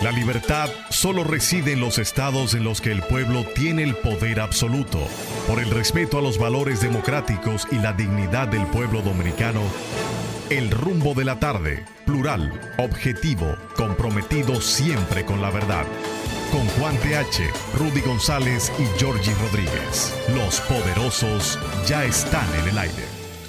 La libertad solo reside en los estados en los que el pueblo tiene el poder absoluto. Por el respeto a los valores democráticos y la dignidad del pueblo dominicano, El Rumbo de la Tarde, plural, objetivo, comprometido siempre con la verdad. Con Juan TH, Rudy González y Georgie Rodríguez. Los poderosos ya están en el aire.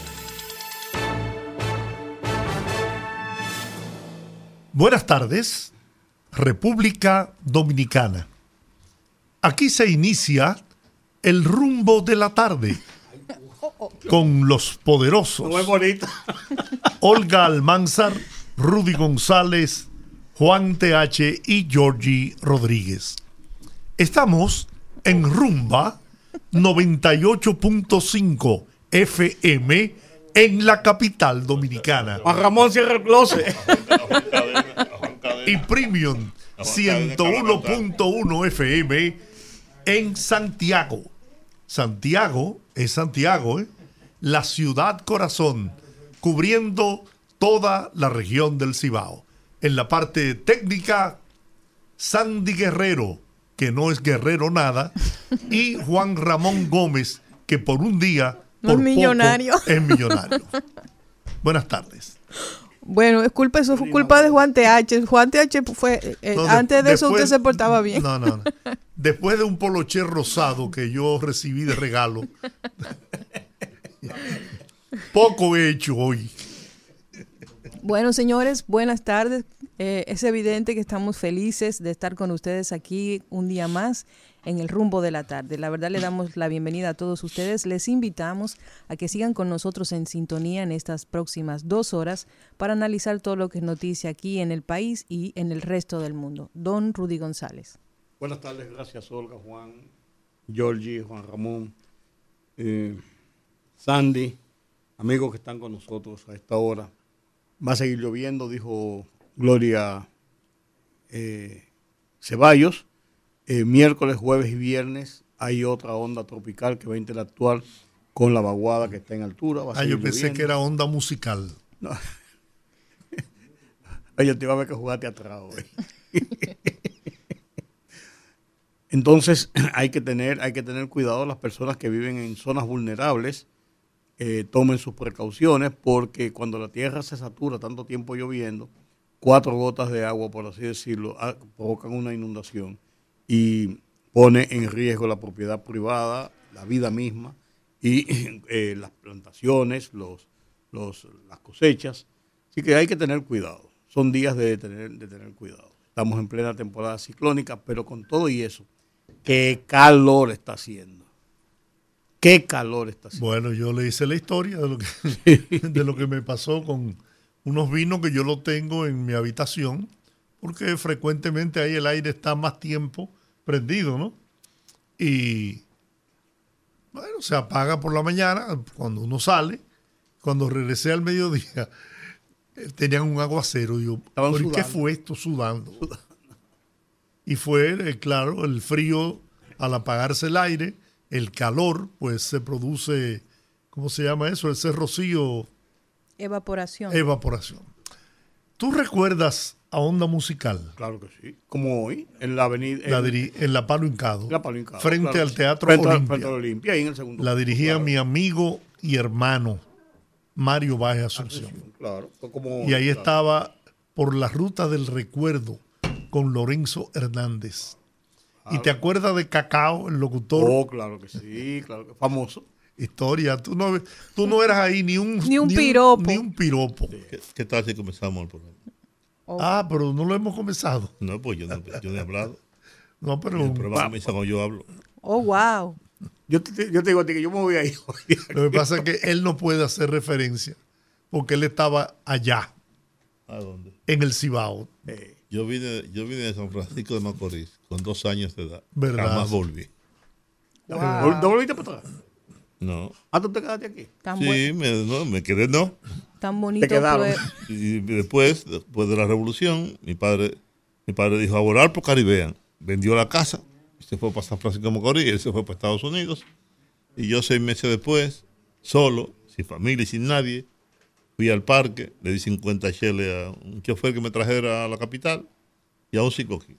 Buenas tardes, República Dominicana. Aquí se inicia El Rumbo de la Tarde con los poderosos. Muy bonita. Olga Almanzar, Rudy González, Juan TH y Georgie Rodríguez. Estamos en Rumba 98.5 FM en la capital dominicana. Juan Ramón cierra el closet. Y Premium 101.1 FM en Santiago. Santiago es Santiago, la ciudad corazón, cubriendo toda la región del Cibao. En la parte técnica, Sandy Guerrero, que no es guerrero nada, y Juan Ramón Gómez, que por un día, por es millonario. Poco, es millonario. Buenas tardes. Bueno, eso fue culpa de Juan TH. Juan TH fue, antes de eso usted se portaba bien. No. Después de un poloché rosado que yo recibí de regalo, poco he hecho hoy. Bueno, señores, buenas tardes. Es evidente que estamos felices de estar con ustedes aquí un día más en El Rumbo de la Tarde. La verdad, le damos la bienvenida a todos ustedes. Les invitamos a que sigan con nosotros en sintonía en estas próximas 2 horas para analizar todo lo que es noticia aquí en el país y en el resto del mundo. Don Rudy González. Buenas tardes, gracias Olga, Juan, Georgie, Juan Ramón, Sandy, amigos que están con nosotros a esta hora. Va a seguir lloviendo, dijo Gloria Ceballos. Miércoles, jueves y viernes hay otra onda tropical que va a interactuar con la vaguada que está en altura. Yo pensé que era onda musical. No. Oye, te iba a ver que jugaste atrás hoy. Entonces hay que tener cuidado. Las personas que viven en zonas vulnerables tomen sus precauciones, porque cuando la tierra se satura tanto tiempo lloviendo, 4 gotas de agua, por así decirlo, provocan una inundación y pone en riesgo la propiedad privada, la vida misma y las plantaciones, las cosechas. Así que hay que tener cuidado. Son días de tener cuidado. Estamos en plena temporada ciclónica, pero con todo y eso, qué calor está haciendo. Qué calor está haciendo. Bueno, yo le hice la historia de lo que me pasó con unos vinos que yo lo tengo en mi habitación, porque frecuentemente ahí el aire está más tiempo prendido, ¿no? Y bueno, se apaga por la mañana cuando uno sale. Cuando regresé al mediodía, tenían un aguacero. Y yo, ¿por qué fue esto? Sudando. Y fue, claro, el frío al apagarse el aire, el calor, pues se produce, ¿cómo se llama eso? Ese rocío. Evaporación. ¿Tú recuerdas a Onda Musical? Claro que sí. Como hoy, en la avenida. En la Palo Hincado. Frente claro, al Teatro Olimpia. Ahí en el segundo. La dirigía mi amigo y hermano Mario Baez Asunción. Claro. Y ahí estaba Por la Ruta del Recuerdo con Lorenzo Hernández. Claro. ¿Y te acuerdas de Cacao, el locutor? Oh, claro que sí, claro. Famoso. Historia. Tú no eras ahí ni un piropo. Ni un piropo. ¿Qué tal si comenzamos el programa? Oh. Pero no lo hemos comenzado. No, pues yo no he hablado. No, pero el programa comienza cuando yo hablo. Oh, wow. Yo te digo a ti que yo me voy a ir. Lo que pasa es que él no puede hacer referencia porque él estaba allá. ¿A dónde? En el Cibao. Yo vine de San Francisco de Macorís con 2 años de edad. ¿Verdad? Jamás volví. Wow. ¿No volviste para atrás? No. ¿Tú te quedaste aquí? Sí, me quedé, no. Tan bonito. Te quedaron. Y después de la revolución, mi padre dijo a volar por Caribean. Vendió la casa, se fue para San Francisco de Macorís, él se fue para Estados Unidos. Y yo 6 meses después, solo, sin familia y sin nadie, fui al parque, le di 50 cheles a un chofer que me trajera a la capital y aún sin coquín.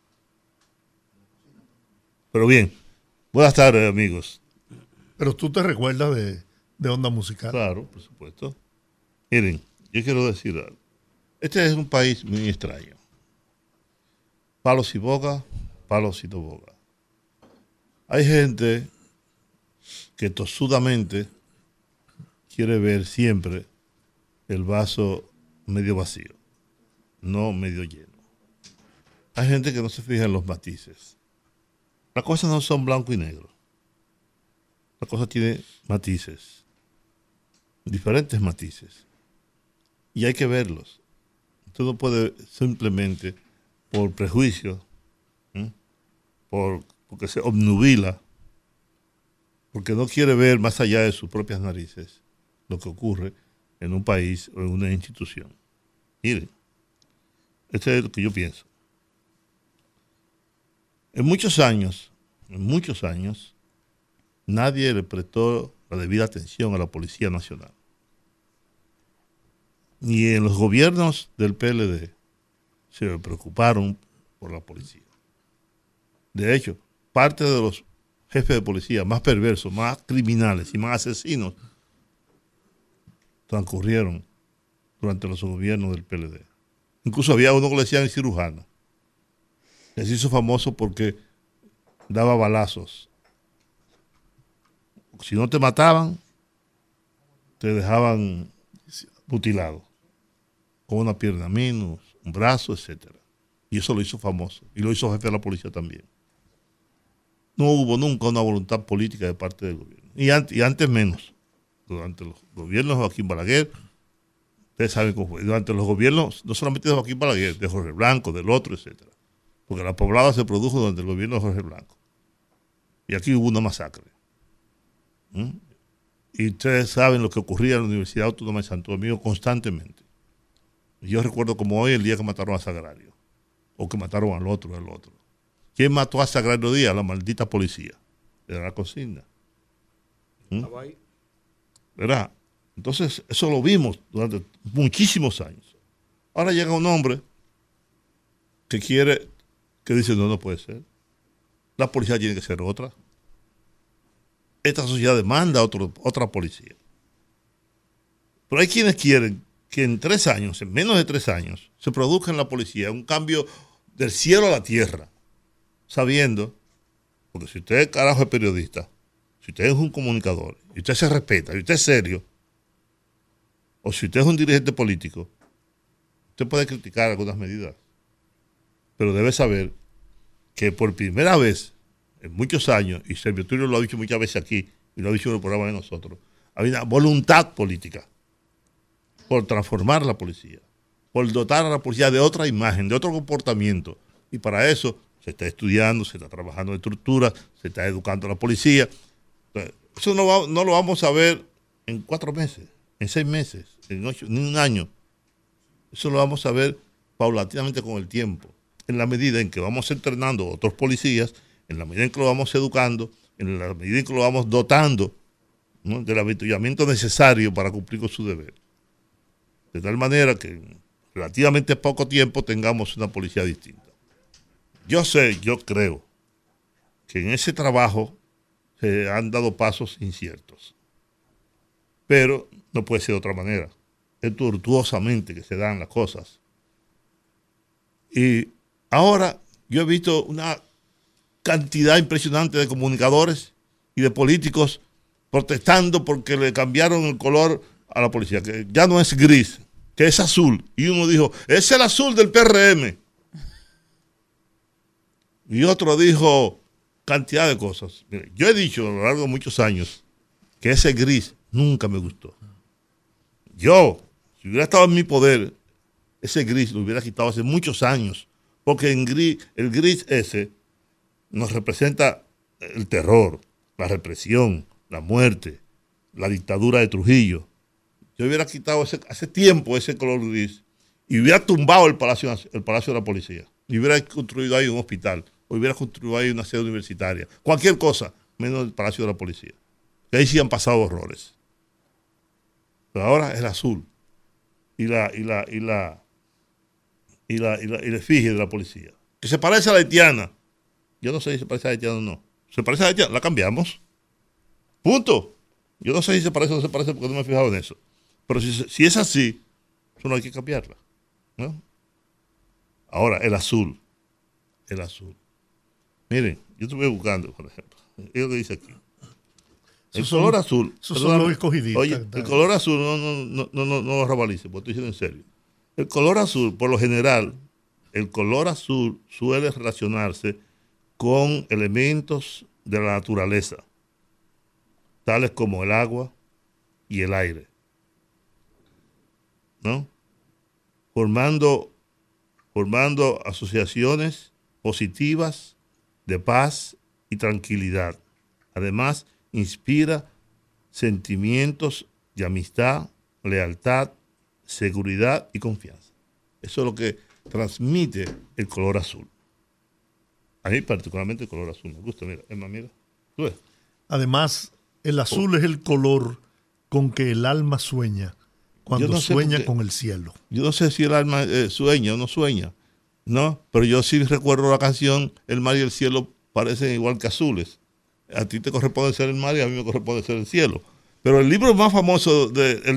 Pero bien, buenas tardes, amigos. Pero tú te recuerdas de Onda Musical. Claro, por supuesto. Miren, yo quiero decir algo. Este es un país muy extraño. Palos y boga, palos y no boga. Hay gente que tosudamente quiere ver siempre el vaso medio vacío, no medio lleno. Hay gente que no se fija en los matices. Las cosas no son blanco y negro. La cosa tiene matices, diferentes matices. Y hay que verlos. Usted no puede simplemente, por prejuicio, porque se obnubila, porque no quiere ver más allá de sus propias narices lo que ocurre en un país o en una institución. Miren, esto es lo que yo pienso. En muchos años, nadie le prestó la debida atención a la Policía Nacional. Ni en los gobiernos del PLD se preocuparon por la policía. De hecho, parte de los jefes de policía más perversos, más criminales y más asesinos transcurrieron durante los gobiernos del PLD. Incluso había uno que le decían el cirujano. Que se hizo famoso porque daba balazos. Si no te mataban, te dejaban mutilado, con una pierna menos, un brazo, etcétera. Y eso lo hizo famoso. Y lo hizo jefe de la policía también. No hubo nunca una voluntad política de parte del gobierno. Y antes menos. Durante los gobiernos de Joaquín Balaguer, ustedes saben cómo fue. Durante los gobiernos, no solamente de Joaquín Balaguer, de Jorge Blanco, del otro, etcétera. Porque la poblada se produjo durante el gobierno de Jorge Blanco. Y aquí hubo una masacre. Y ustedes saben lo que ocurría en la Universidad Autónoma de Santo Domingo constantemente. Yo recuerdo como hoy el día que mataron a Sagrario, o que mataron al otro. ¿Quién mató a Sagrario Díaz? La maldita policía. Era la consigna. ¿Verdad? Entonces, eso lo vimos durante muchísimos años. Ahora llega un hombre que dice, no puede ser. La policía tiene que ser otra. Esta sociedad demanda otra policía. Pero hay quienes quieren que en 3 años, en menos de 3 años, se produzca en la policía un cambio del cielo a la tierra, sabiendo, porque si usted carajo es periodista, si usted es un comunicador, y usted se respeta, y usted es serio, o si usted es un dirigente político, usted puede criticar algunas medidas, pero debe saber que por primera vez en muchos años, y Servio Tulio lo ha dicho muchas veces aquí, y lo ha dicho en el programa de nosotros, hay una voluntad política por transformar la policía, por dotar a la policía de otra imagen, de otro comportamiento. Y para eso se está estudiando, se está trabajando en estructuras, se está educando a la policía. Entonces, eso no lo vamos a ver en 4 meses, en 6 meses, en 8, ni un año. Eso lo vamos a ver paulatinamente con el tiempo, en la medida en que vamos entrenando a otros policías, en la medida en que lo vamos educando, en la medida en que lo vamos dotando, ¿no?, del avituallamiento necesario para cumplir con su deber. De tal manera que en relativamente poco tiempo tengamos una policía distinta. Yo creo que en ese trabajo se han dado pasos inciertos. Pero no puede ser de otra manera. Es tortuosamente que se dan las cosas. Y ahora yo he visto una cantidad impresionante de comunicadores y de políticos protestando porque le cambiaron el color a la policía, que ya no es gris, que es azul. Y uno dijo, es el azul del PRM. Y otro dijo cantidad de cosas. Mire, yo he dicho a lo largo de muchos años que ese gris nunca me gustó. Yo, si hubiera estado en mi poder, ese gris lo hubiera quitado hace muchos años, porque el gris ese nos representa el terror, la represión, la muerte, la dictadura de Trujillo. Yo hubiera quitado hace tiempo ese color gris y hubiera tumbado el palacio de la policía. Y hubiera construido ahí un hospital, o hubiera construido ahí una sede universitaria. Cualquier cosa, menos el palacio de la policía. Que ahí sí han pasado horrores. Pero ahora es el azul. Y la y la efigie de la policía. Que se parece a la haitiana. Yo no sé si se parece a la haitiana o no. Se parece a la haitiana, la cambiamos. Punto. Yo no sé si se parece o no se parece porque no me he fijado en eso. Pero si es así, eso no hay que cambiarla, ¿no? Ahora, el azul. El azul. Miren, yo estuve buscando, por ejemplo. Es lo que dice aquí. El color azul. Esos son los escogidistas. Oye, el color azul, no lo rabalice, porque estoy diciendo en serio. El color azul, por lo general, el color azul suele relacionarse con elementos de la naturaleza, tales como el agua y el aire, ¿no? Formando asociaciones positivas de paz y tranquilidad. Además, inspira sentimientos de amistad, lealtad, seguridad y confianza. Eso es lo que transmite el color azul. A mí particularmente el color azul me gusta. Mira, Emma, mira. ¿Tú ves? Además, el azul es el color con que el alma sueña cuando sueña con el cielo. Yo no sé si el alma sueña o no sueña, ¿no? Pero yo sí recuerdo la canción El mar y el cielo parecen igual que azules. A ti te corresponde ser el mar y a mí me corresponde ser el cielo. Pero el libro más famoso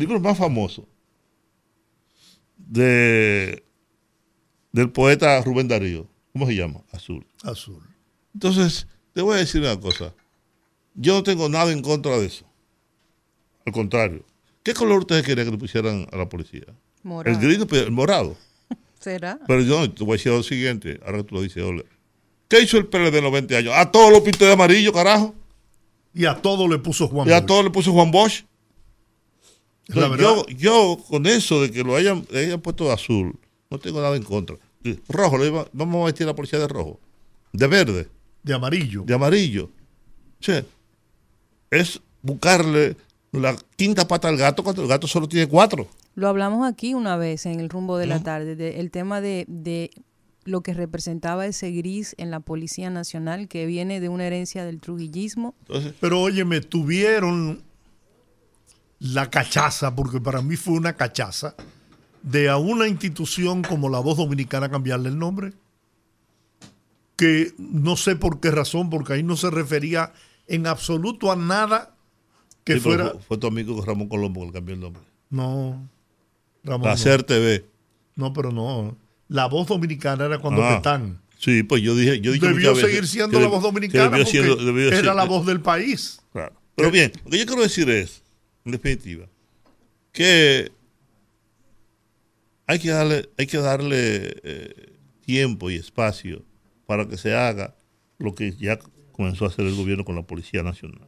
del poeta Rubén Darío, ¿cómo se llama? Azul. Azul. Entonces, te voy a decir una cosa. Yo no tengo nada en contra de eso. Al contrario. ¿Qué color ustedes querían que le pusieran a la policía? Morado. El gris, el morado. ¿Será? Pero yo te voy a decir lo siguiente, ahora que tú lo dices, Ole. ¿Qué hizo el PLD en los 20 años? A todos los pintó de amarillo, carajo. Y a todo le puso Juan Y a Bosch. todos le puso Juan Bosch. La verdad. Yo con eso de que lo hayan puesto de azul, no tengo nada en contra. Rojo, vamos a vestir a la policía de rojo. De verde. De amarillo. De amarillo. O sea, es buscarle la quinta pata al gato cuando el gato solo tiene 4. Lo hablamos aquí una vez en el rumbo de la tarde, el tema de lo que representaba ese gris en la Policía Nacional, que viene de una herencia del trujillismo. Entonces, Pero óyeme, tuvieron la cachaza, porque para mí fue una cachaza, de a una institución como La Voz Dominicana cambiarle el nombre, que no sé por qué razón, porque ahí no se refería en absoluto a nada que sí, fuera... Fue tu amigo Ramón Colombo que le cambió el nombre. No, Ramón. La SER TV. No, pero no. La Voz Dominicana era cuando Petán. Sí, pues yo dije debió seguir siendo La Voz Dominicana porque era la voz del país. Claro. Pero bien, lo que yo quiero decir es, en definitiva, que hay que darle tiempo y espacio para que se haga lo que ya comenzó a hacer el gobierno con la Policía Nacional.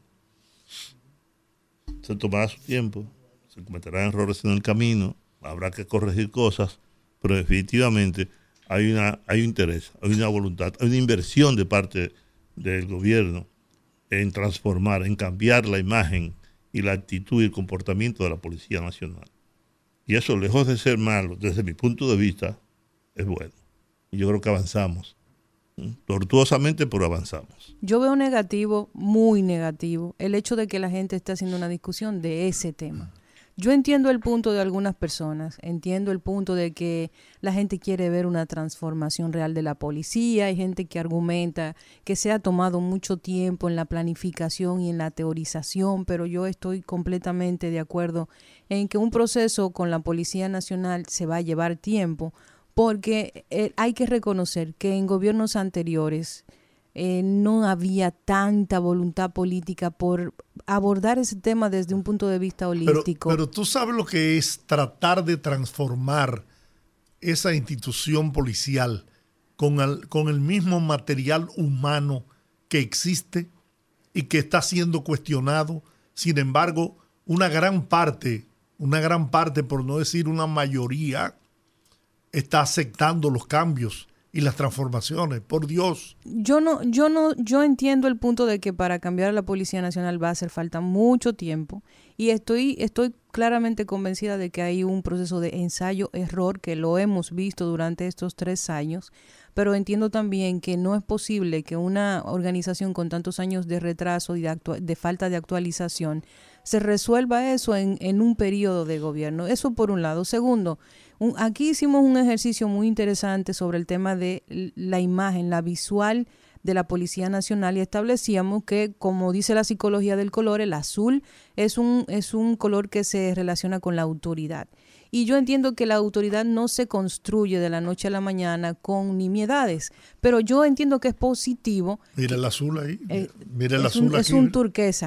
Se tomará su tiempo, se cometerán errores en el camino, habrá que corregir cosas, pero definitivamente hay un interés, hay una voluntad, hay una inversión de parte del gobierno en transformar, en cambiar la imagen y la actitud y el comportamiento de la Policía Nacional. Y eso, lejos de ser malo, desde mi punto de vista, es bueno. Y yo creo que avanzamos. Tortuosamente, pero avanzamos. Yo veo negativo, muy negativo, el hecho de que la gente esté haciendo una discusión de ese tema. Yo entiendo el punto de algunas personas, entiendo el punto de que la gente quiere ver una transformación real de la policía, hay gente que argumenta que se ha tomado mucho tiempo en la planificación y en la teorización, pero yo estoy completamente de acuerdo en que un proceso con la Policía Nacional se va a llevar tiempo, porque hay que reconocer que en gobiernos anteriores no había tanta voluntad política por abordar ese tema desde un punto de vista holístico. Pero tú sabes lo que es tratar de transformar esa institución policial con el mismo material humano que existe y que está siendo cuestionado. Sin embargo, una gran parte, por no decir una mayoría, está aceptando los cambios y las transformaciones, por Dios. Yo entiendo el punto de que para cambiar a la Policía Nacional va a hacer falta mucho tiempo Y estoy claramente convencida de que hay un proceso de ensayo-error que lo hemos visto durante estos 3 años, pero entiendo también que no es posible que una organización con tantos años de retraso y de falta de actualización se resuelva eso en un periodo de gobierno. Eso por un lado. Segundo, aquí hicimos un ejercicio muy interesante sobre el tema de la imagen, la visual de la Policía Nacional, y establecíamos que, como dice la psicología del color, el azul es un color que se relaciona con la autoridad. Y yo entiendo que la autoridad no se construye de la noche a la mañana con nimiedades, pero yo entiendo que es positivo. Mira el azul ahí, mira el azul aquí. Es un turquesa.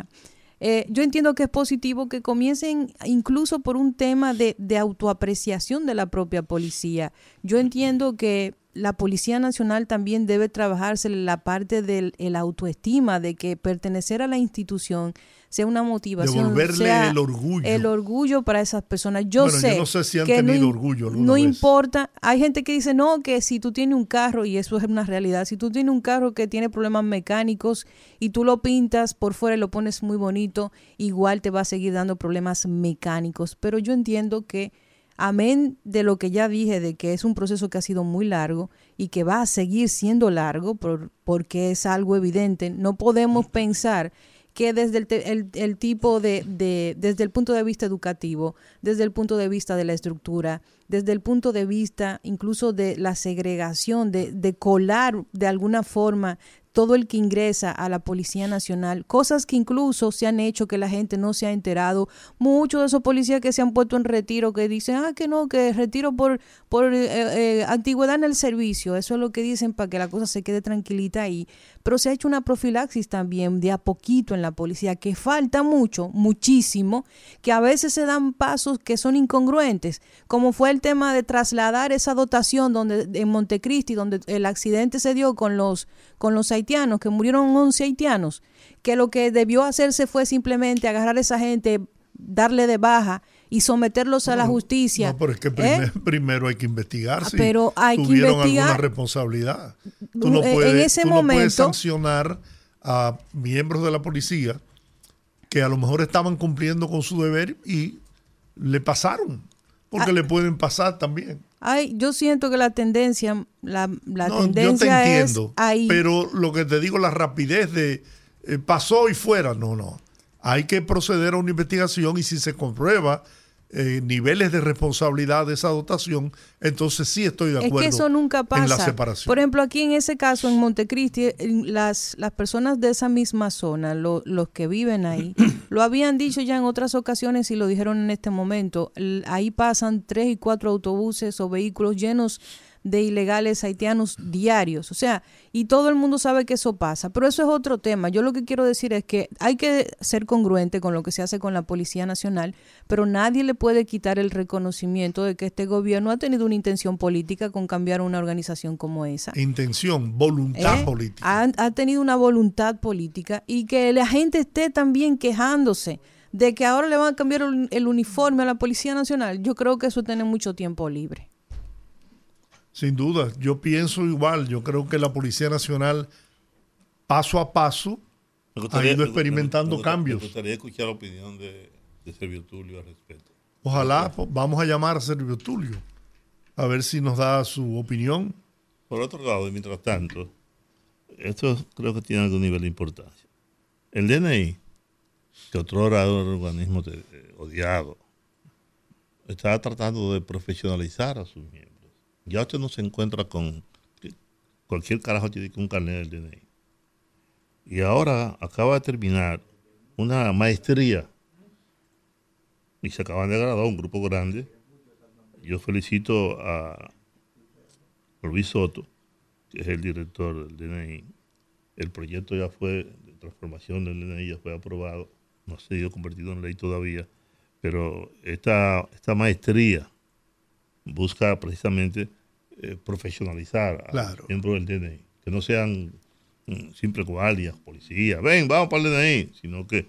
Yo entiendo que es positivo que comiencen incluso por un tema de autoapreciación de la propia policía. Yo entiendo que la Policía Nacional también debe trabajarse la parte del autoestima, de que pertenecer a la institución sea una motivación. Devolverle sea el orgullo. El orgullo para esas personas. Yo no sé si han que tenido orgullo alguna no vez. importa. Hay gente que dice, no, que si tú tienes un carro, y eso es una realidad, si tú tienes un carro que tiene problemas mecánicos y tú lo pintas por fuera y lo pones muy bonito, igual te va a seguir dando problemas mecánicos. Pero yo entiendo que, amén de lo que ya dije, de que es un proceso que ha sido muy largo y que va a seguir siendo largo porque es algo evidente, no podemos pensar que desde el tipo desde el punto de vista educativo, desde el punto de vista de la estructura, desde el punto de vista incluso de la segregación, de colar de alguna forma todo el que ingresa a la Policía Nacional, cosas que incluso se han hecho que la gente no se ha enterado. Muchos de esos policías que se han puesto en retiro, que dicen, que no, que retiro por antigüedad en el servicio, eso es lo que dicen para que la cosa se quede tranquilita ahí. Pero se ha hecho una profilaxis también de a poquito en la policía, que falta mucho, muchísimo, que a veces se dan pasos que son incongruentes, como fue el tema de trasladar esa dotación en Montecristi, donde el accidente se dio con los haitianos, que murieron 11 haitianos, que lo que debió hacerse fue simplemente agarrar a esa gente, darle de baja y someterlos a la justicia. No, pero es que primero hay que investigar si pero hay tuvieron que investigar alguna responsabilidad. Tú no puedes sancionar a miembros de la policía que a lo mejor estaban cumpliendo con su deber y le pasaron, porque le pueden pasar también. Yo siento que la tendencia, tendencia yo te entiendo, es ahí. Pero lo que te digo, la rapidez de pasó y fuera, no. Hay que proceder a una investigación y si se comprueba niveles de responsabilidad de esa dotación, entonces sí estoy de acuerdo. Es que eso nunca pasa. En la separación. Por ejemplo, aquí en ese caso, en Montecristi, las personas de esa misma zona, los que viven ahí, lo habían dicho ya en otras ocasiones y lo dijeron en este momento. Ahí pasan 3 y 4 autobuses o vehículos llenos de ilegales haitianos diarios, o sea, y todo el mundo sabe que eso pasa, pero eso es otro tema. Yo lo que quiero decir es que hay que ser congruente con lo que se hace con la Policía Nacional, pero nadie le puede quitar el reconocimiento de que este gobierno ha tenido una intención política con cambiar una organización como esa. Intención, voluntad política. Ha tenido una voluntad política y que la gente esté también quejándose de que ahora le van a cambiar el uniforme a la Policía Nacional. Yo creo que eso tiene mucho tiempo libre. Sin duda, yo pienso igual. Yo creo que la Policía Nacional, paso a paso, ha ido experimentando cambios. Me gustaría escuchar la opinión de Servio Tulio al respecto. Ojalá, vamos a llamar a Servio Tulio, a ver si nos da su opinión. Por otro lado, y mientras tanto, esto creo que tiene algún nivel de importancia. El DNI, que otrora era un organismo odiado, está tratando de profesionalizar a sus miembros. Ya usted no se encuentra con cualquier carajo tiene un carnet del DNI. Y ahora acaba de terminar una maestría y se acaban de graduar un grupo grande. Yo felicito a Luis Soto, que es el director del DNI. El proyecto ya fue de transformación del DNI, ya fue aprobado, no ha sido convertido en ley todavía, pero esta maestría busca precisamente profesionalizar a los miembros del DNI, que no sean simples guardias, policías, vamos para el DNI, sino que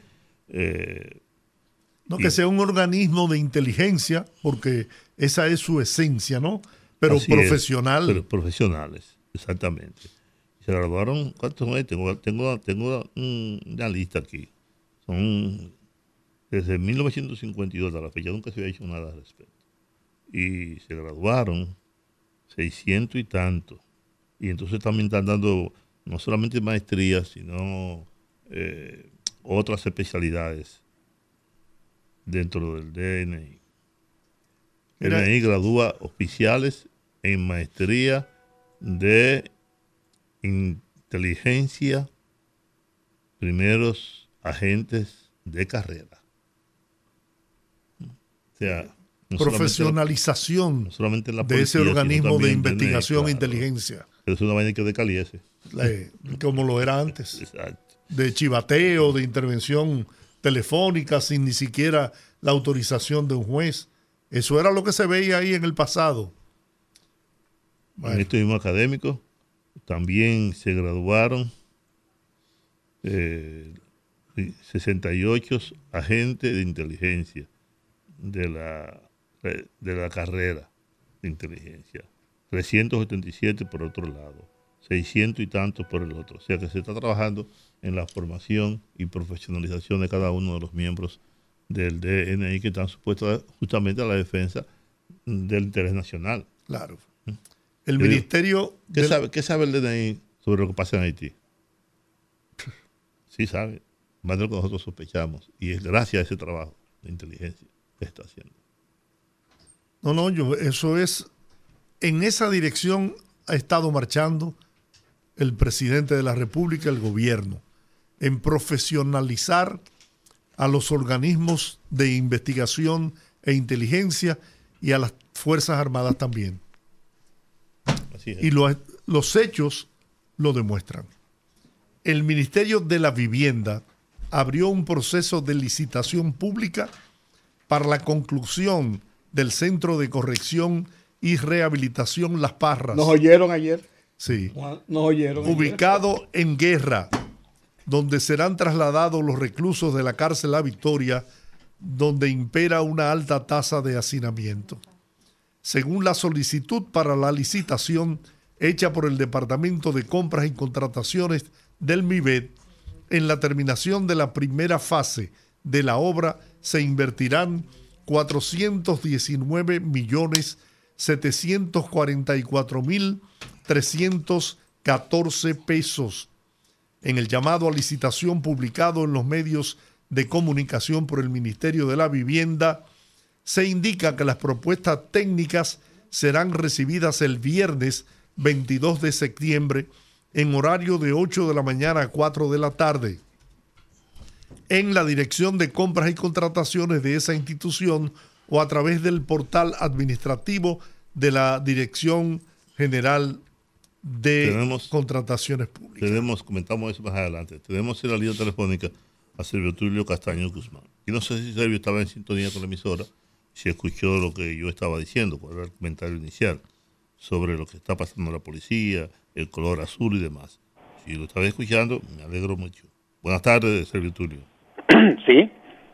que sea un organismo de inteligencia, porque esa es su esencia, ¿no? Pero profesional. Pero profesionales, exactamente. Se graduaron, ¿cuántos son? Tengo una lista aquí. Son desde 1952 a la fecha nunca se había hecho nada al respecto. Y se graduaron 600 y tantos. Y entonces también están dando no solamente maestrías, sino otras especialidades dentro del DNI. El DNI gradúa oficiales en maestría de inteligencia, primeros agentes de carrera. O sea, profesionalización no solamente la de policía, ese organismo de investigación DNI, e inteligencia. Es una vaina que decaliese. Como lo era antes. Exacto. De chivateo, de intervención telefónica sin ni siquiera la autorización de un juez. Eso era lo que se veía ahí en el pasado. Bueno. En este mismo académico también se graduaron 68 agentes de inteligencia de la carrera de inteligencia, 377 por otro lado, 600 y tantos por el otro. O sea que se está trabajando en la formación y profesionalización de cada uno de los miembros del DNI que están supuestos justamente a la defensa del interés nacional. Claro. El ministerio... ¿Qué sabe el DNI sobre lo que pasa en Haití? Sí sabe, más de lo que nosotros sospechamos. Y es gracias a ese trabajo de inteligencia que está haciendo. Eso es... En esa dirección ha estado marchando el presidente de la República, el gobierno, en profesionalizar a los organismos de investigación e inteligencia y a las Fuerzas Armadas también. Así es. Y los hechos lo demuestran. El Ministerio de la Vivienda abrió un proceso de licitación pública para la conclusión del Centro de Corrección y Rehabilitación Las Parras. ¿Nos oyeron ayer? Sí. Nos oyeron ubicado ayer. en Guerra, donde serán trasladados los reclusos de la cárcel La Victoria, donde impera una alta tasa de hacinamiento. Según la solicitud para la licitación hecha por el Departamento de Compras y Contrataciones del MIBET, en la terminación de la primera fase de la obra se invertirán 419.744.314 pesos. En el llamado a licitación publicado en los medios de comunicación por el Ministerio de la Vivienda, se indica que las propuestas técnicas serán recibidas el viernes 22 de septiembre en horario de 8 de la mañana a 4 de la tarde en la Dirección de Compras y Contrataciones de esa institución o a través del portal administrativo de la Dirección General de Contrataciones Públicas. Comentamos eso más adelante. Tenemos en la línea telefónica a Servio Tulio Castaño Guzmán. Y no sé si Servio estaba en sintonía con la emisora, si escuchó lo que yo estaba diciendo, cuál era el comentario inicial sobre lo que está pasando en la policía, el color azul y demás. Si lo estaba escuchando, me alegro mucho. Buenas tardes, Servio Tulio. Sí.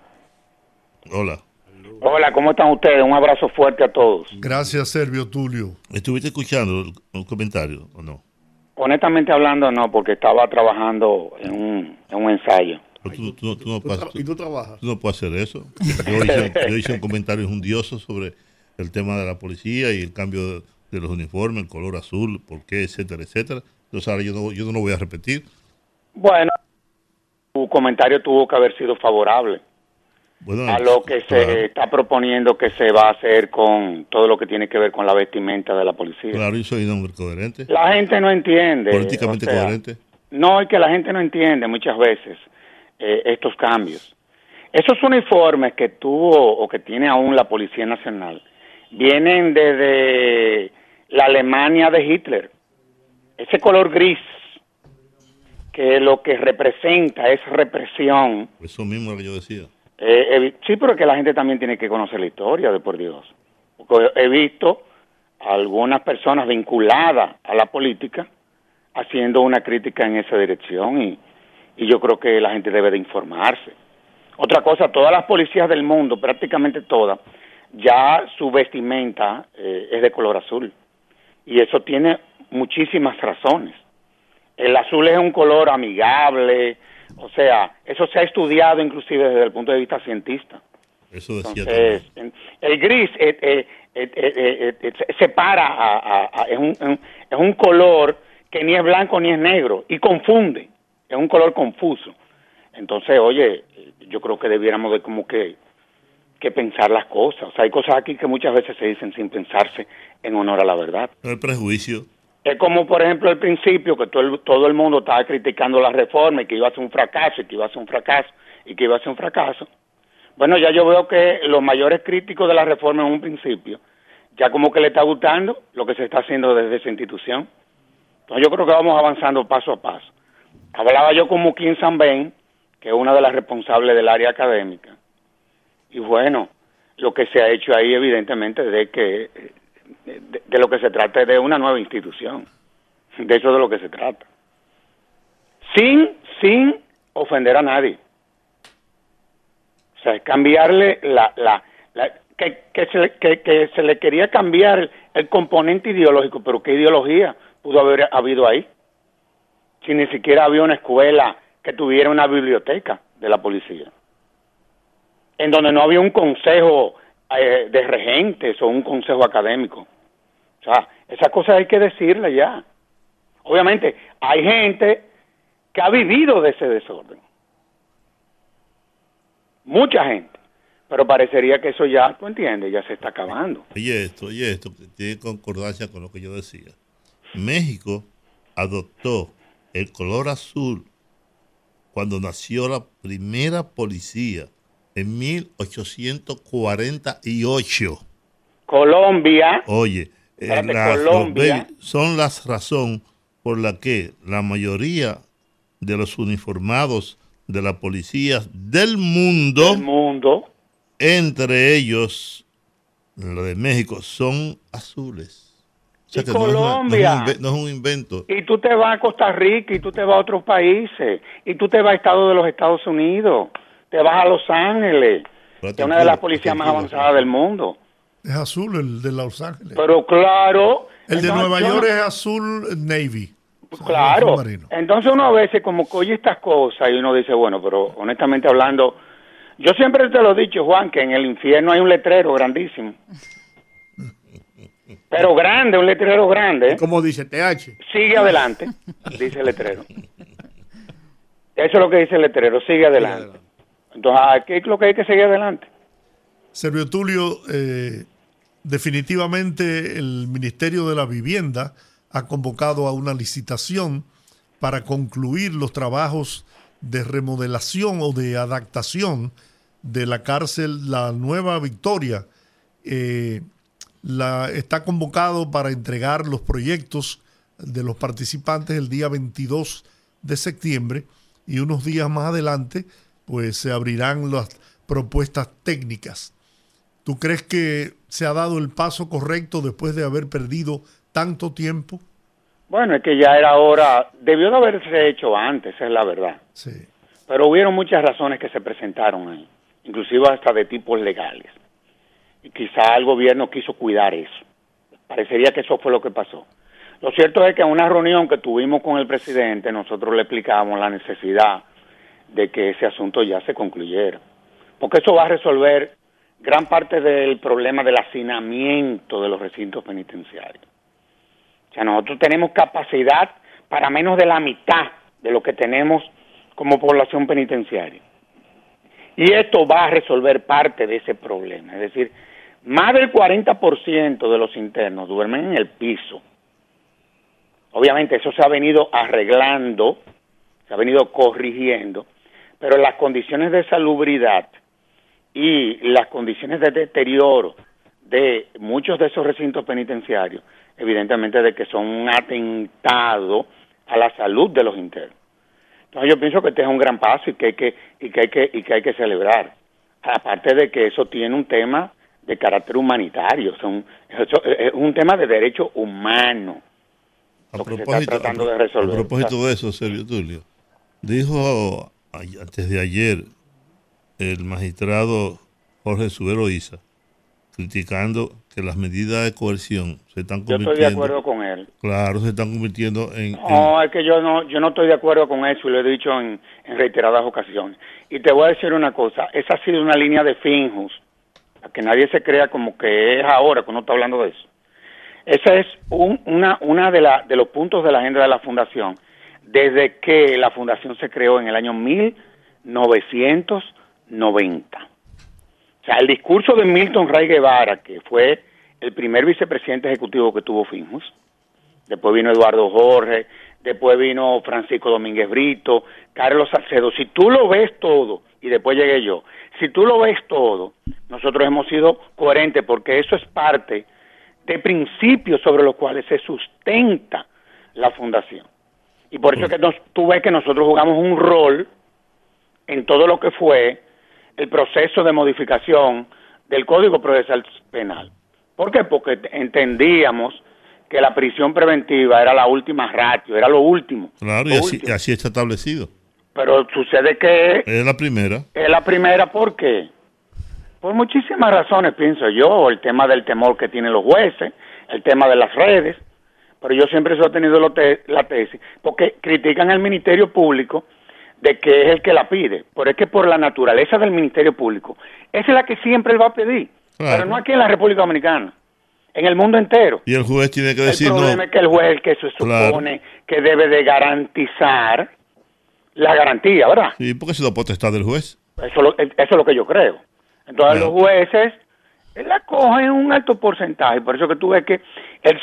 Hola. Hola, ¿cómo están ustedes? Un abrazo fuerte a todos. Gracias, Servio Tulio. ¿Estuviste escuchando el comentario o no? Honestamente hablando, no, porque estaba trabajando en un ensayo. ¿Y tú trabajas? Tú no puedes hacer eso. Yo hice un comentario injundioso sobre el tema de la policía y el cambio de los uniformes, el color azul, por qué, etcétera, etcétera. Entonces ahora yo no lo voy a repetir. Bueno, tu comentario tuvo que haber sido favorable a lo que se está proponiendo que se va a hacer con todo lo que tiene que ver con la vestimenta de la policía. Claro, yo soy un hombre coherente. La gente no entiende. Políticamente coherente. No, es que la gente no entiende muchas veces estos cambios. Esos uniformes que tuvo o que tiene aún la Policía Nacional vienen desde la Alemania de Hitler. Ese color gris, que lo que representa es represión. Eso mismo es lo que yo decía. Sí, pero es que la gente también tiene que conocer la historia, de por Dios. Porque he visto a algunas personas vinculadas a la política haciendo una crítica en esa dirección y yo creo que la gente debe de informarse. Otra cosa, todas las policías del mundo, prácticamente todas, ya su vestimenta es de color azul. Y eso tiene muchísimas razones. El azul es un color amigable, O sea, eso se ha estudiado inclusive desde el punto de vista científico. Eso decía Entonces, el gris separa, es un color que ni es blanco ni es negro y confunde, es un color confuso. Entonces, oye, yo creo que debiéramos de como que pensar las cosas. O sea, hay cosas aquí que muchas veces se dicen sin pensarse en honor a la verdad. el prejuicio. Es como, por ejemplo, el principio que todo el mundo estaba criticando la reforma y que iba a ser un fracaso, y que iba a ser un fracaso, y que iba a ser un fracaso. Bueno, ya yo veo que los mayores críticos de la reforma en un principio, ya como que le está gustando lo que se está haciendo desde esa institución. Entonces yo creo que vamos avanzando paso a paso. Hablaba yo con Muquín Sanbén, que es una de las responsables del área académica, y bueno, lo que se ha hecho ahí evidentemente de lo que se trata es de una nueva institución, de eso es de lo que se trata, sin ofender a nadie. O sea, es cambiarle que se le quería cambiar el componente ideológico, pero ¿qué ideología pudo haber habido ahí? Si ni siquiera había una escuela que tuviera una biblioteca de la policía, en donde no había un consejo de regentes o un consejo académico. O sea, esas cosas hay que decirle ya. Obviamente, hay gente que ha vivido de ese desorden. Mucha gente. Pero parecería que eso ya, tú entiendes, ya se está acabando. Oye esto, que tiene concordancia con lo que yo decía. México adoptó el color azul cuando nació la primera policía en 1848. Colombia. Oye, Colombia son las razones por la que la mayoría de los uniformados de las policías del mundo, entre ellos la de México, son azules. O sea, y que Colombia. No es un invento. Y tú te vas a Costa Rica, y tú te vas a otros países, y tú te vas a Estados de los Estados Unidos, te vas a Los Ángeles, que es una de las policías más avanzadas del mundo. Es azul el de Los Ángeles. Pero claro. El de Nueva York es azul Navy. O sea, claro. Entonces uno a veces como que oye estas cosas y uno dice, bueno, pero honestamente hablando, yo siempre te lo he dicho, Juan, que en el infierno hay un letrero grandísimo. Pero grande, un letrero grande. Como dice TH. Sigue adelante, dice el letrero. Eso es lo que dice el letrero, sigue adelante. Entonces, ¿qué es lo que hay que seguir adelante? Servio Tulio, definitivamente el Ministerio de la Vivienda ha convocado a una licitación para concluir los trabajos de remodelación o de adaptación de la cárcel La Nueva Victoria. Está convocado para entregar los proyectos de los participantes el día 22 de septiembre y unos días más adelante pues se abrirán las propuestas técnicas. ¿Tú crees que se ha dado el paso correcto después de haber perdido tanto tiempo? Bueno, es que ya era hora, debió de haberse hecho antes, esa es la verdad. Sí. Pero hubieron muchas razones que se presentaron ahí, inclusive hasta de tipos legales. Y quizá el gobierno quiso cuidar eso. Parecería que eso fue lo que pasó. Lo cierto es que en una reunión que tuvimos con el presidente, nosotros le explicamos la necesidad de que ese asunto ya se concluyera. Porque eso va a resolver gran parte del problema del hacinamiento de los recintos penitenciarios. O sea, nosotros tenemos capacidad para menos de la mitad de lo que tenemos como población penitenciaria. Y esto va a resolver parte de ese problema. Es decir, más del 40% de los internos duermen en el piso. Obviamente eso se ha venido arreglando, se ha venido corrigiendo, pero las condiciones de salubridad y las condiciones de deterioro de muchos de esos recintos penitenciarios, evidentemente de que son un atentado a la salud de los internos. Entonces yo pienso que este es un gran paso y que hay que celebrar. Aparte de que eso tiene un tema de carácter humanitario, eso es un tema de derecho humano. Lo que se está tratando de resolver. A propósito de eso, Servio Tulio, dijo antes de ayer el magistrado Jorge Subero Isa criticando que las medidas de coerción se están Yo convirtiendo. estoy de acuerdo con él. Claro, se están convirtiendo en. No, es que yo no estoy de acuerdo con eso y lo he dicho en reiteradas ocasiones. Y te voy a decir una cosa, esa ha sido una línea de Finjus, para que nadie se crea como que es ahora que uno está hablando de eso. Ese es una de los puntos de la agenda de la Fundación, desde que la Fundación se creó en el año 1990. O sea, el discurso de Milton Ray Guevara, que fue el primer vicepresidente ejecutivo que tuvo Finjus, después vino Eduardo Jorge, después vino Francisco Domínguez Brito, Carlos Salcedo. Si tú lo ves todo, y después llegué yo, si tú lo ves todo, nosotros hemos sido coherentes porque eso es parte de principios sobre los cuales se sustenta la Fundación. Y por eso es que tú ves que nosotros jugamos un rol en todo lo que fue el proceso de modificación del Código Procesal Penal. ¿Por qué? Porque entendíamos que la prisión preventiva era la última ratio, era lo último. Claro, y así está establecido. Pero sucede que Es la primera. es la primera, ¿por qué? Por muchísimas razones, pienso yo, el tema del temor que tienen los jueces, el tema de las redes, pero yo siempre he sostenido la tesis, porque critican al Ministerio Público de que es el que la pide, pero es que por la naturaleza del Ministerio Público, esa es la que siempre él va a pedir, Claro. pero no aquí en la República Dominicana, en el mundo entero. Y el juez tiene que decir El problema no. es que el juez es el que se supone que debe de garantizar la garantía, ¿verdad? Sí, porque es la potestad del juez. Eso es lo que yo creo. Entonces Claro. los jueces la cogen en un alto porcentaje, por eso que tú ves que el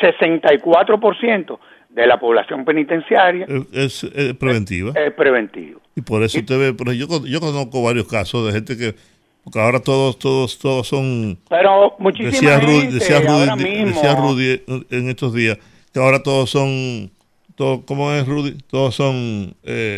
64% de la población penitenciaria Es preventiva. es preventivo. Y por eso usted ve, pero yo conozco varios casos de gente que, porque ahora todos son, Pero muchísima gente ahora mismo, decía Rudy en estos días, que ahora todos, ¿cómo es Rudy? Todos son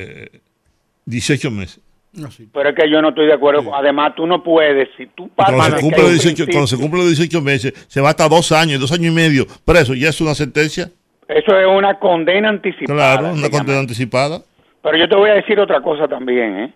18 meses. pero es que yo no estoy de acuerdo. Además, tú no puedes, si tú pasas... Cuando se cumple los 18 meses, se va hasta 2 años, 2 años y medio preso, ¿ya es una sentencia? Eso es una condena anticipada. Claro, una condena anticipada. Pero yo te voy a decir otra cosa también, ¿eh?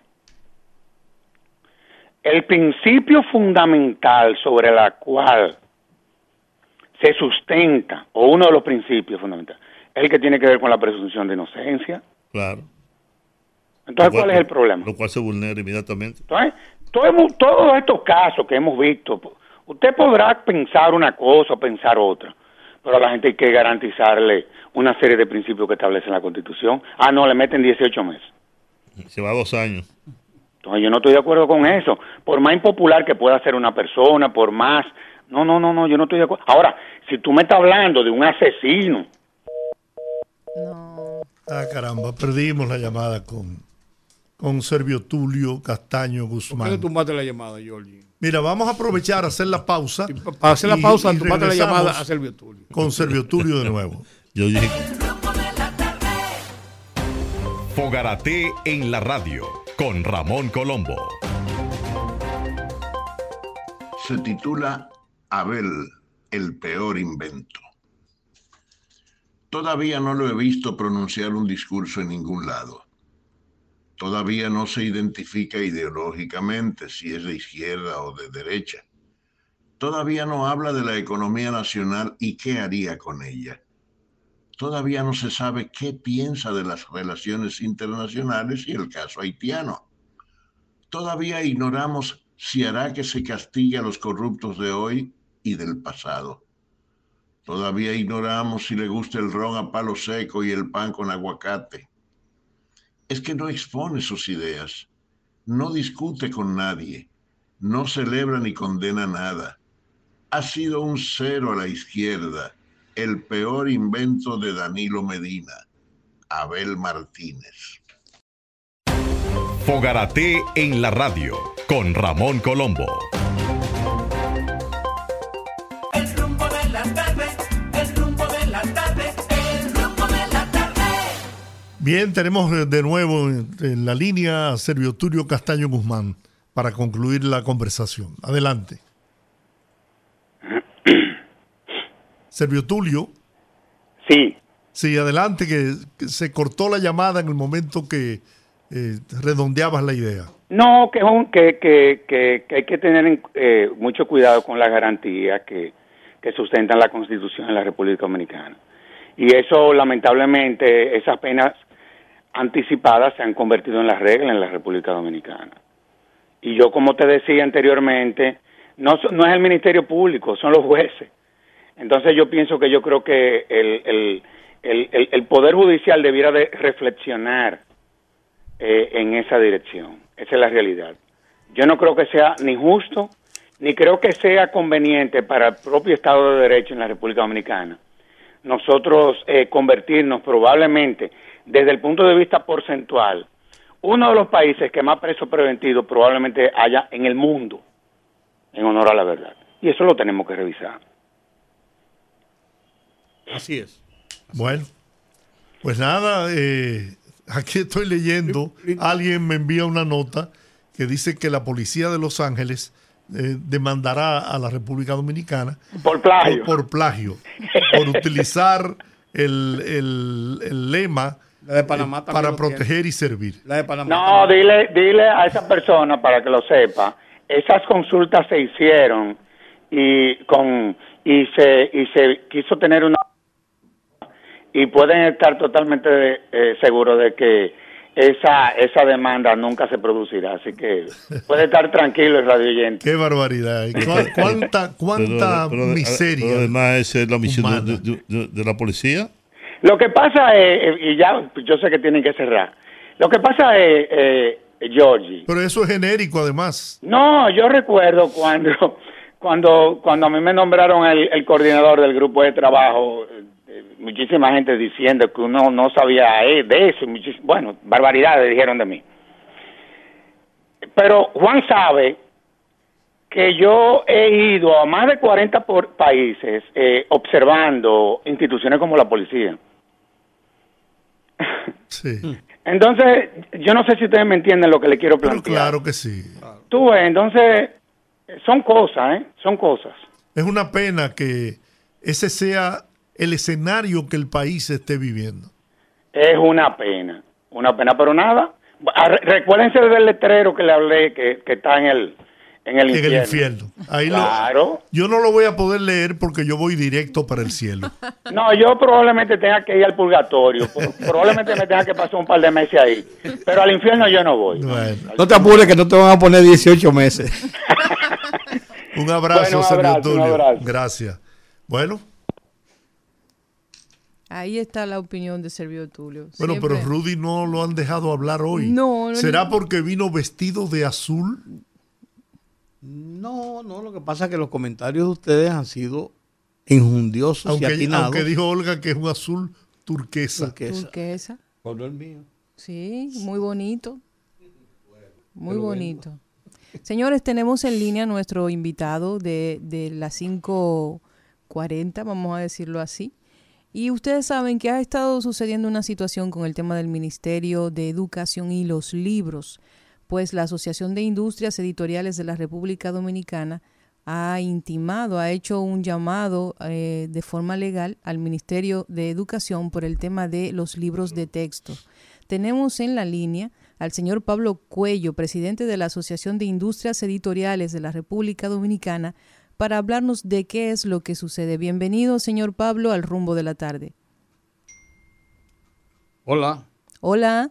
El principio fundamental sobre la cual se sustenta, o uno de los principios fundamentales, es el que tiene que ver con la presunción de inocencia. Claro. Entonces, ¿cuál es el problema? Lo cual se vulnera inmediatamente. Entonces, todos estos casos que hemos visto, usted podrá pensar una cosa o pensar otra, pero a la gente hay que garantizarle una serie de principios que establece la Constitución. Ah, no, le meten 18 meses. Se va 2 años. Entonces, yo no estoy de acuerdo con eso. Por más impopular que pueda ser una persona, por más... No, yo no estoy de acuerdo. Ahora, si tú me estás hablando de un asesino... No. Ah, caramba, perdimos la llamada con Servio Tulio Castaño ¿Por qué le Guzmán. tumbaste la llamada, Giorgi? Mira, vamos a aprovechar a hacer la pausa. Para hacer la pausa, y tumbaste la regresamos llamada a Servio Tulio. con Servio Tulio de nuevo. Yo dije, Fogarate en la radio con Ramón Colombo. Se titula Abel, el peor invento. Todavía no lo he visto pronunciar un discurso en ningún lado. Todavía no se identifica ideológicamente si es de izquierda o de derecha. Todavía no habla de la economía nacional y qué haría con ella. Todavía no se sabe qué piensa de las relaciones internacionales y el caso haitiano. Todavía ignoramos si hará que se castigue a los corruptos de hoy y del pasado. Todavía ignoramos si le gusta el ron a palo seco y el pan con aguacate. Es que no expone sus ideas, no discute con nadie, no celebra ni condena nada. Ha sido un cero a la izquierda, el peor invento de Danilo Medina, Abel Martínez. Fogarate en la radio con Ramón Colombo. El rumbo de la tarde, el rumbo de la tarde, el rumbo de la tarde. Bien, tenemos de nuevo en la línea a Servio Tulio Castaño Guzmán para concluir la conversación. Adelante. Servio Tulio. Sí, Sí, adelante, que se cortó la llamada en el momento que redondeabas la idea. No, que hay que tener mucho cuidado con las garantías que sustentan la Constitución en la República Dominicana. Y eso, lamentablemente, esas penas anticipadas se han convertido en la regla en la República Dominicana. Y yo, como te decía anteriormente, no es el Ministerio Público, son los jueces. Entonces yo creo que el Poder Judicial debiera de reflexionar en esa dirección. Esa es la realidad. Yo no creo que sea ni justo, ni creo que sea conveniente para el propio Estado de Derecho en la República Dominicana nosotros convertirnos probablemente, desde el punto de vista porcentual, uno de los países que más presos preventivos probablemente haya en el mundo, en honor a la verdad. Y eso lo tenemos que revisar. Así es. Bueno, pues nada, aquí estoy leyendo, alguien me envía una nota que dice que la policía de Los Ángeles demandará a la República Dominicana por plagio, por utilizar el lema la de Panamá para proteger y servir. La de Panamá no, dile a esa persona para que lo sepa, esas consultas se hicieron y se quiso tener una, y pueden estar totalmente seguros de que esa demanda nunca se producirá, así que puede estar tranquilo el radio oyente. Qué barbaridad, cuánta miseria. Pero además es la misión de la policía. Lo que pasa es, y ya yo sé que tienen que cerrar, lo que pasa es, Georgie. Pero eso es genérico además. No, yo recuerdo cuando a mí me nombraron el coordinador del grupo de trabajo, muchísima gente diciendo que uno no sabía de eso, bueno, barbaridades dijeron de mí. Pero Juan sabe que yo he ido a más de 40 países observando instituciones como la policía. Sí. Entonces, yo no sé si ustedes me entienden lo que le quiero plantear. Pero claro que sí. Tú ves, entonces, son cosas, son cosas. Es una pena que ese sea el escenario que el país esté viviendo. Es una pena, pero nada. Recuérdense del letrero que le hablé, que está en el infierno. Ahí claro. Yo no lo voy a poder leer porque yo voy directo para el cielo. No, yo probablemente tenga que ir al purgatorio. Probablemente me tenga que pasar un par de meses ahí. Pero al infierno yo no voy. Bueno. No te apures que no te van a poner 18 meses. Un abrazo, señor Tulio. Un abrazo. Gracias. Bueno. Ahí está la opinión de Servio Tulio. Bueno, Siempre. pero Rudy no lo han dejado hablar hoy. No. ¿Será porque vino vestido de azul? No, lo que pasa es que los comentarios de ustedes han sido injundiosos y atinados. Aunque dijo Olga que es un azul turquesa. Turquesa. Por el mío. Sí, muy bonito. Muy bonito. Señores, tenemos en línea nuestro invitado de las 5:40, vamos a decirlo así. Y ustedes saben que ha estado sucediendo una situación con el tema del Ministerio de Educación y los libros, pues la Asociación de Industrias Editoriales de la República Dominicana ha hecho un llamado de forma legal al Ministerio de Educación por el tema de los libros de texto. Tenemos en la línea al señor Pablo Cuello, presidente de la Asociación de Industrias Editoriales de la República Dominicana, para hablarnos de qué es lo que sucede. Bienvenido, señor Pablo, al Rumbo de la Tarde. Hola. Hola.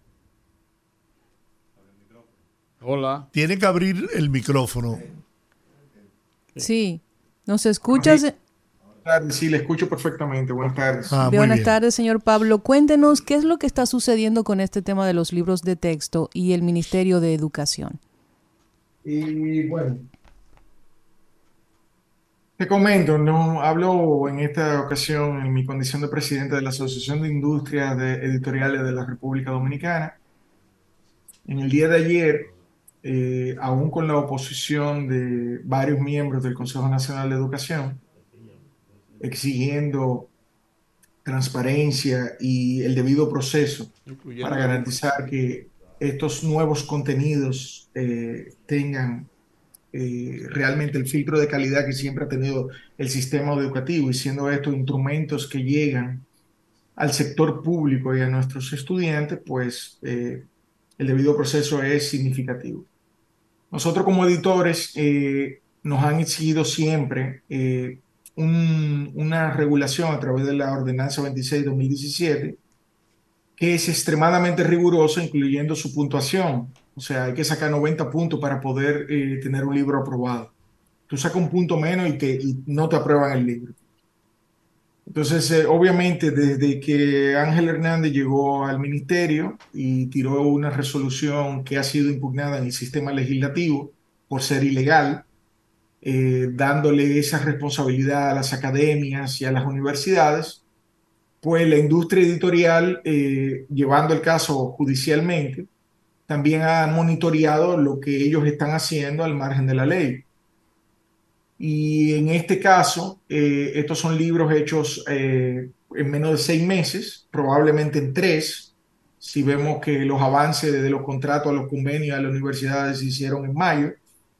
Hola. Tiene que abrir el micrófono. Sí. ¿Nos escuchas? Sí, le escucho perfectamente. Buenas tardes. Buenas tardes, señor Pablo. Cuéntenos qué es lo que está sucediendo con este tema de los libros de texto y el Ministerio de Educación. Y bueno, te comento, no hablo en esta ocasión en mi condición de presidente de la Asociación de Industrias Editoriales de la República Dominicana. En el día de ayer, aún con la oposición de varios miembros del Consejo Nacional de Educación, exigiendo transparencia y el debido proceso para garantizar que estos nuevos contenidos tengan realmente el filtro de calidad que siempre ha tenido el sistema educativo, y siendo estos instrumentos que llegan al sector público y a nuestros estudiantes, pues el debido proceso es significativo. Nosotros como editores nos han exigido siempre una regulación a través de la Ordenanza 26/2017, que es extremadamente rigurosa, incluyendo su puntuación. O sea, hay que sacar 90 puntos para poder tener un libro aprobado. Tú sacas un punto menos y no te aprueban el libro. Entonces, obviamente, desde que Ángel Hernández llegó al ministerio y tiró una resolución que ha sido impugnada en el sistema legislativo por ser ilegal, dándole esa responsabilidad a las academias y a las universidades, pues la industria editorial, llevando el caso judicialmente, también ha monitoreado lo que ellos están haciendo al margen de la ley. Y en este caso, estos son libros hechos en menos de 6 meses, probablemente en 3, si vemos que los avances desde los contratos a los convenios a las universidades se hicieron en mayo.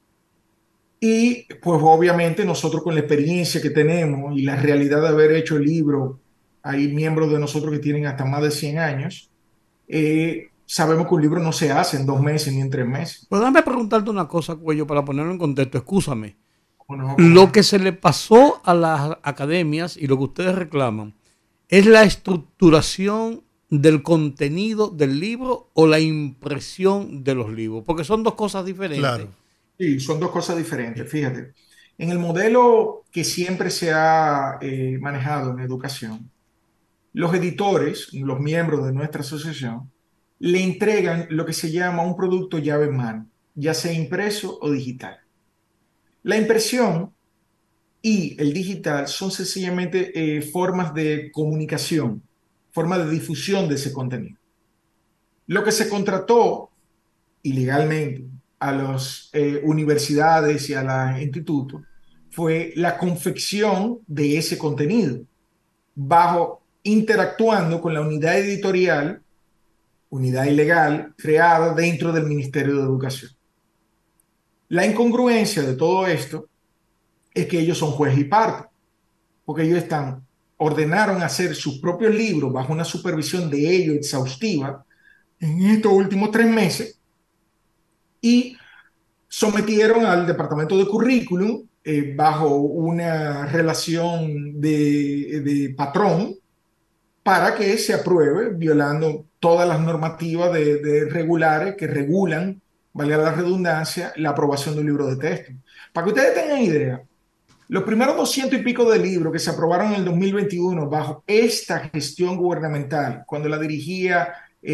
Y pues obviamente nosotros con la experiencia que tenemos y la realidad de haber hecho el libro, hay miembros de nosotros que tienen hasta más de 100 años, sabemos que un libro no se hace en 2 meses ni en 3 meses. Pues déjame preguntarte una cosa, Cuello, para ponerlo en contexto. Excúsame. No, Lo que se le pasó a las academias y lo que ustedes reclaman, ¿es la estructuración del contenido del libro o la impresión de los libros? Porque son dos cosas diferentes. Claro. Sí, son dos cosas diferentes. Fíjate, en el modelo que siempre se ha manejado en educación, los editores, los miembros de nuestra asociación, le entregan lo que se llama un producto llave en mano, ya sea impreso o digital. La impresión y el digital son sencillamente formas de comunicación, formas de difusión de ese contenido. Lo que se contrató ilegalmente a las universidades y a los institutos fue la confección de ese contenido, interactuando con la unidad editorial, unidad ilegal, creada dentro del Ministerio de Educación. La incongruencia de todo esto es que ellos son juez y parte, porque ellos ordenaron hacer sus propios libros bajo una supervisión de ellos exhaustiva en estos últimos 3 meses y sometieron al departamento de currículum bajo una relación de patrón para que se apruebe, violando todas las normativas de regulares que regulan, valga la redundancia, la aprobación de un libro de texto. Para que ustedes tengan idea, los primeros 200 y pico de libros que se aprobaron en el 2021 bajo esta gestión gubernamental, cuando la dirigía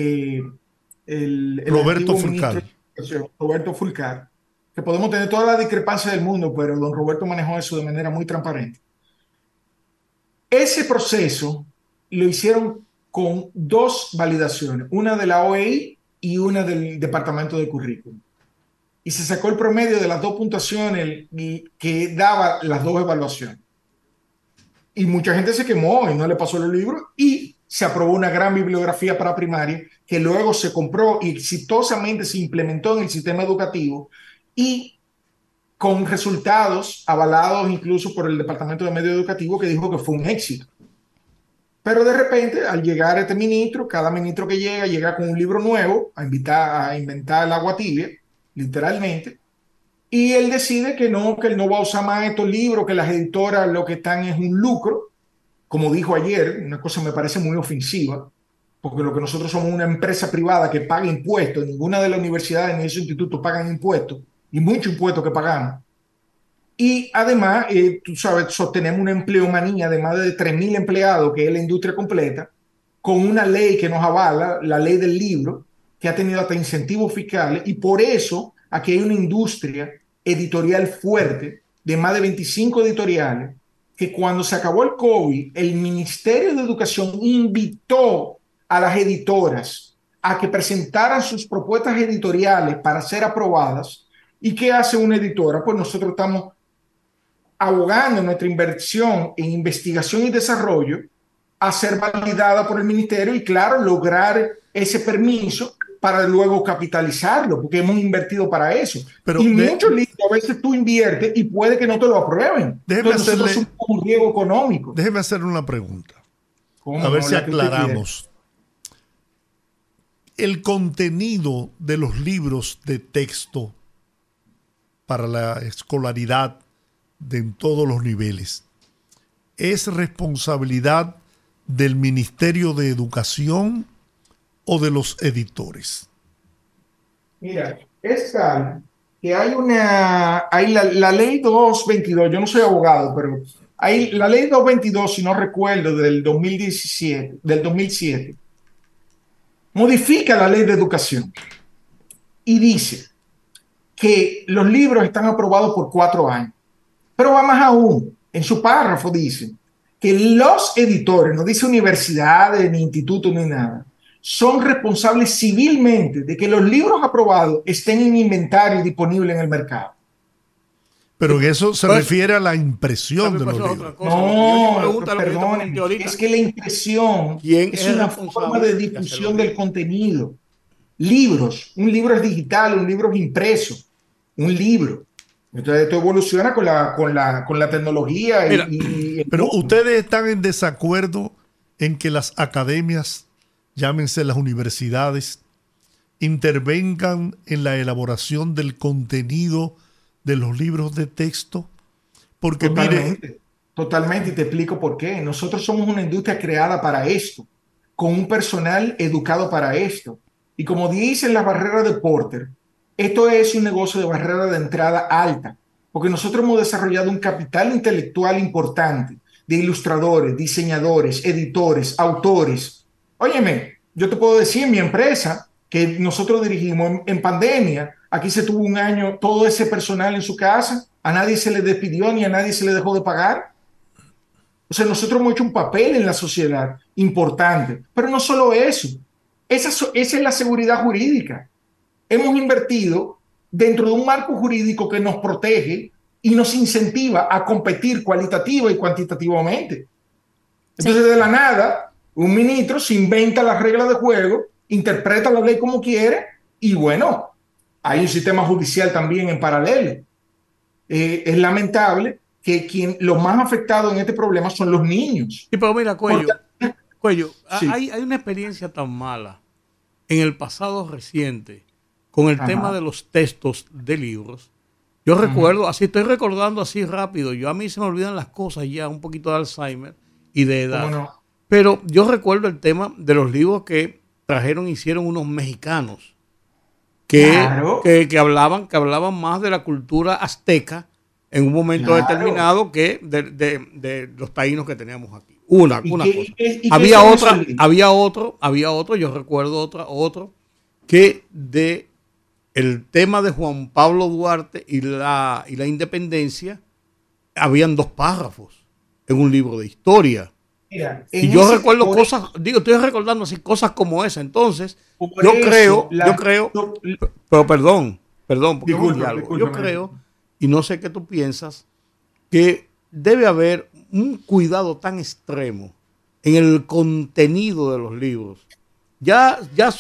el Roberto Fulcar. Roberto Fulcar, que podemos tener toda la discrepancia del mundo, pero don Roberto manejó eso de manera muy transparente. Ese proceso lo hicieron con 2 validaciones, una de la OEI y una del Departamento de Currículum. Y se sacó el promedio de las 2 puntuaciones que daba las 2 evaluaciones. Y mucha gente se quemó y no le pasó los libros y se aprobó una gran bibliografía para primaria que luego se compró y exitosamente se implementó en el sistema educativo y con resultados avalados incluso por el Departamento de Medio Educativo, que dijo que fue un éxito. Pero de repente, al llegar este ministro, cada ministro que llega con un libro nuevo a inventar el agua tibia, literalmente, y él decide que él no va a usar más estos libros, que las editoras lo que están es un lucro, como dijo ayer, una cosa me parece muy ofensiva, porque lo que nosotros somos una empresa privada que paga impuestos, ninguna de las universidades ni esos institutos pagan impuestos, y mucho impuestos que pagamos. Y además, tú sabes, sostenemos una empleomanía de más de 3.000 empleados, que es la industria completa, con una ley que nos avala, la ley del libro, que ha tenido hasta incentivos fiscales, y por eso aquí hay una industria editorial fuerte de más de 25 editoriales, que cuando se acabó el COVID, el Ministerio de Educación invitó a las editoras a que presentaran sus propuestas editoriales para ser aprobadas. ¿Y qué hace una editora? Pues nosotros estamos abogando nuestra inversión en investigación y desarrollo a ser validada por el ministerio y, claro, lograr ese permiso para luego capitalizarlo, porque hemos invertido para eso. Pero y muchos libros a veces tú inviertes y puede que no te lo aprueben. Déjeme hacerle un riesgo económico. Déjeme hacerle una pregunta. A ver si aclaramos. el contenido de los libros de texto para la escolaridad en todos los niveles es responsabilidad del Ministerio de Educación o de los editores? Mira, es tal que hay la ley 222, yo no soy abogado, pero hay la ley 222, si no recuerdo, del 2007, modifica la ley de educación y dice que los libros están aprobados por 4 años. Pero va más aún, en su párrafo dice que los editores, no dice universidades, ni institutos, ni nada, son responsables civilmente de que los libros aprobados estén en inventario y disponibles en el mercado. Pero en eso se refiere a la impresión de los libros. No, perdón, es que la impresión es una forma de difusión del contenido. Libros, un libro es digital, un libro es impreso, un libro. Entonces esto evoluciona con la tecnología. Pero ustedes están en desacuerdo en que las academias, llámense las universidades, intervengan en la elaboración del contenido de los libros de texto. Porque Totalmente, y te explico por qué. Nosotros somos una industria creada para esto, con un personal educado para esto. Y como dicen las barreras de Porter, esto es un negocio de barrera de entrada alta, porque nosotros hemos desarrollado un capital intelectual importante de ilustradores, diseñadores, editores, autores. Óyeme, yo te puedo decir, en mi empresa, que nosotros dirigimos en pandemia, aquí se tuvo un año todo ese personal en su casa, a nadie se le despidió ni a nadie se le dejó de pagar. O sea, nosotros hemos hecho un papel en la sociedad importante, pero no solo eso, esa es la seguridad jurídica. Hemos invertido dentro de un marco jurídico que nos protege y nos incentiva a competir cualitativa y cuantitativamente. Entonces, de la nada, un ministro se inventa las reglas de juego, interpreta la ley como quiere y bueno, hay un sistema judicial también en paralelo. Es lamentable que los más afectados en este problema son los niños. Sí, pero mira, Cuello, sí. hay una experiencia tan mala en el pasado reciente con el tema de los textos de libros. Yo recuerdo, así estoy recordando así rápido, a mí se me olvidan las cosas ya, un poquito de Alzheimer y de edad. ¿Cómo no? Pero yo recuerdo el tema de los libros que hicieron unos mexicanos que hablaban más de la cultura azteca en un momento determinado que de los taínos que teníamos aquí. Una cosa. Había otro, yo recuerdo otro, que de el tema de Juan Pablo Duarte y la independencia, habían 2 párrafos en un libro de historia. Mira, y yo recuerdo estoy recordando así cosas como esa. Entonces, yo creo, pero perdón, porque yo creo, y no sé qué tú piensas, que debe haber un cuidado tan extremo en el contenido de los libros. Ya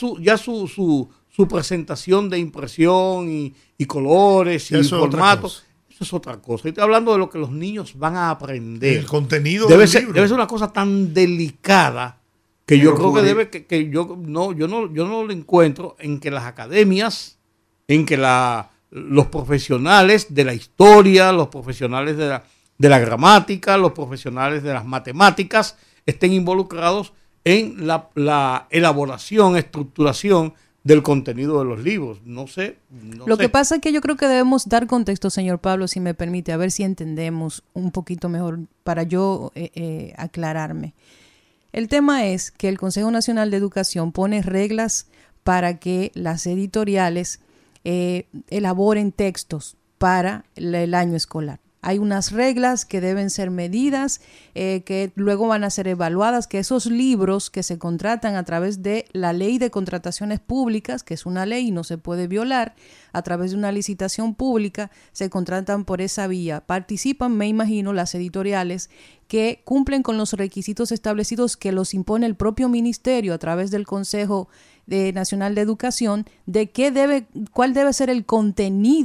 su presentación de impresión y colores y formatos, eso es otra cosa. Estoy hablando de lo que los niños van a aprender. El contenido debe ser una cosa tan delicada que yo creo que yo no lo encuentro en que las academias, en que los profesionales de la historia, los profesionales de la gramática, los profesionales de las matemáticas estén involucrados en la elaboración, estructuración del contenido de los libros. No sé. Lo que pasa es que yo creo que debemos dar contexto, señor Pablo, si me permite, a ver si entendemos un poquito mejor para yo aclararme. El tema es que el Consejo Nacional de Educación pone reglas para que las editoriales elaboren textos para el año escolar. Hay unas reglas que deben ser medidas, que luego van a ser evaluadas, que esos libros que se contratan a través de la Ley de Contrataciones Públicas, que es una ley y no se puede violar, a través de una licitación pública, se contratan por esa vía. Participan, me imagino, las editoriales que cumplen con los requisitos establecidos que los impone el propio ministerio a través del Consejo Nacional de Educación, de cuál debe ser el contenido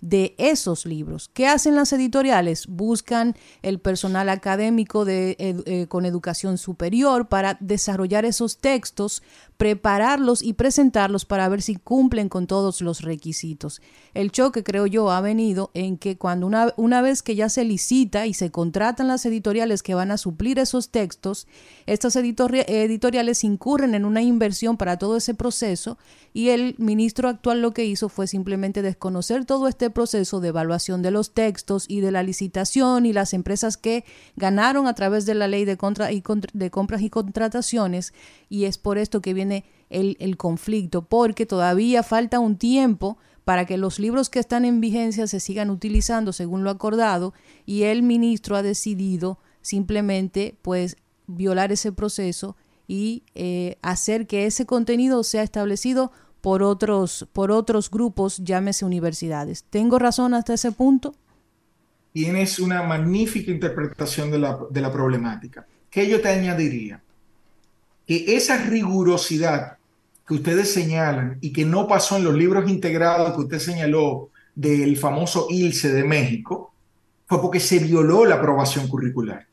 de esos libros. ¿Qué hacen las editoriales? Buscan el personal académico con educación superior para desarrollar esos textos, prepararlos y presentarlos para ver si cumplen con todos los requisitos. El choque, creo yo, ha venido en que cuando una vez que ya se licita y se contratan las editoriales que van a suplir esos textos, estas editoriales incurren en una inversión para todo ese proceso, y el ministro actual lo que hizo fue simplemente desconocer todo este proceso de evaluación de los textos y de la licitación, y las empresas que ganaron a través de la ley de compras y contrataciones, y es por esto que viene el conflicto, porque todavía falta un tiempo para que los libros que están en vigencia se sigan utilizando según lo acordado, y el ministro ha decidido simplemente pues violar ese proceso y hacer que ese contenido sea establecido por otros grupos, llámese universidades. ¿Tengo razón hasta ese punto? Tienes una magnífica interpretación de la problemática. ¿Qué yo te añadiría? Que esa rigurosidad que ustedes señalan y que no pasó en los libros integrados que usted señaló del famoso ILCE de México, fue porque se violó la aprobación curricular.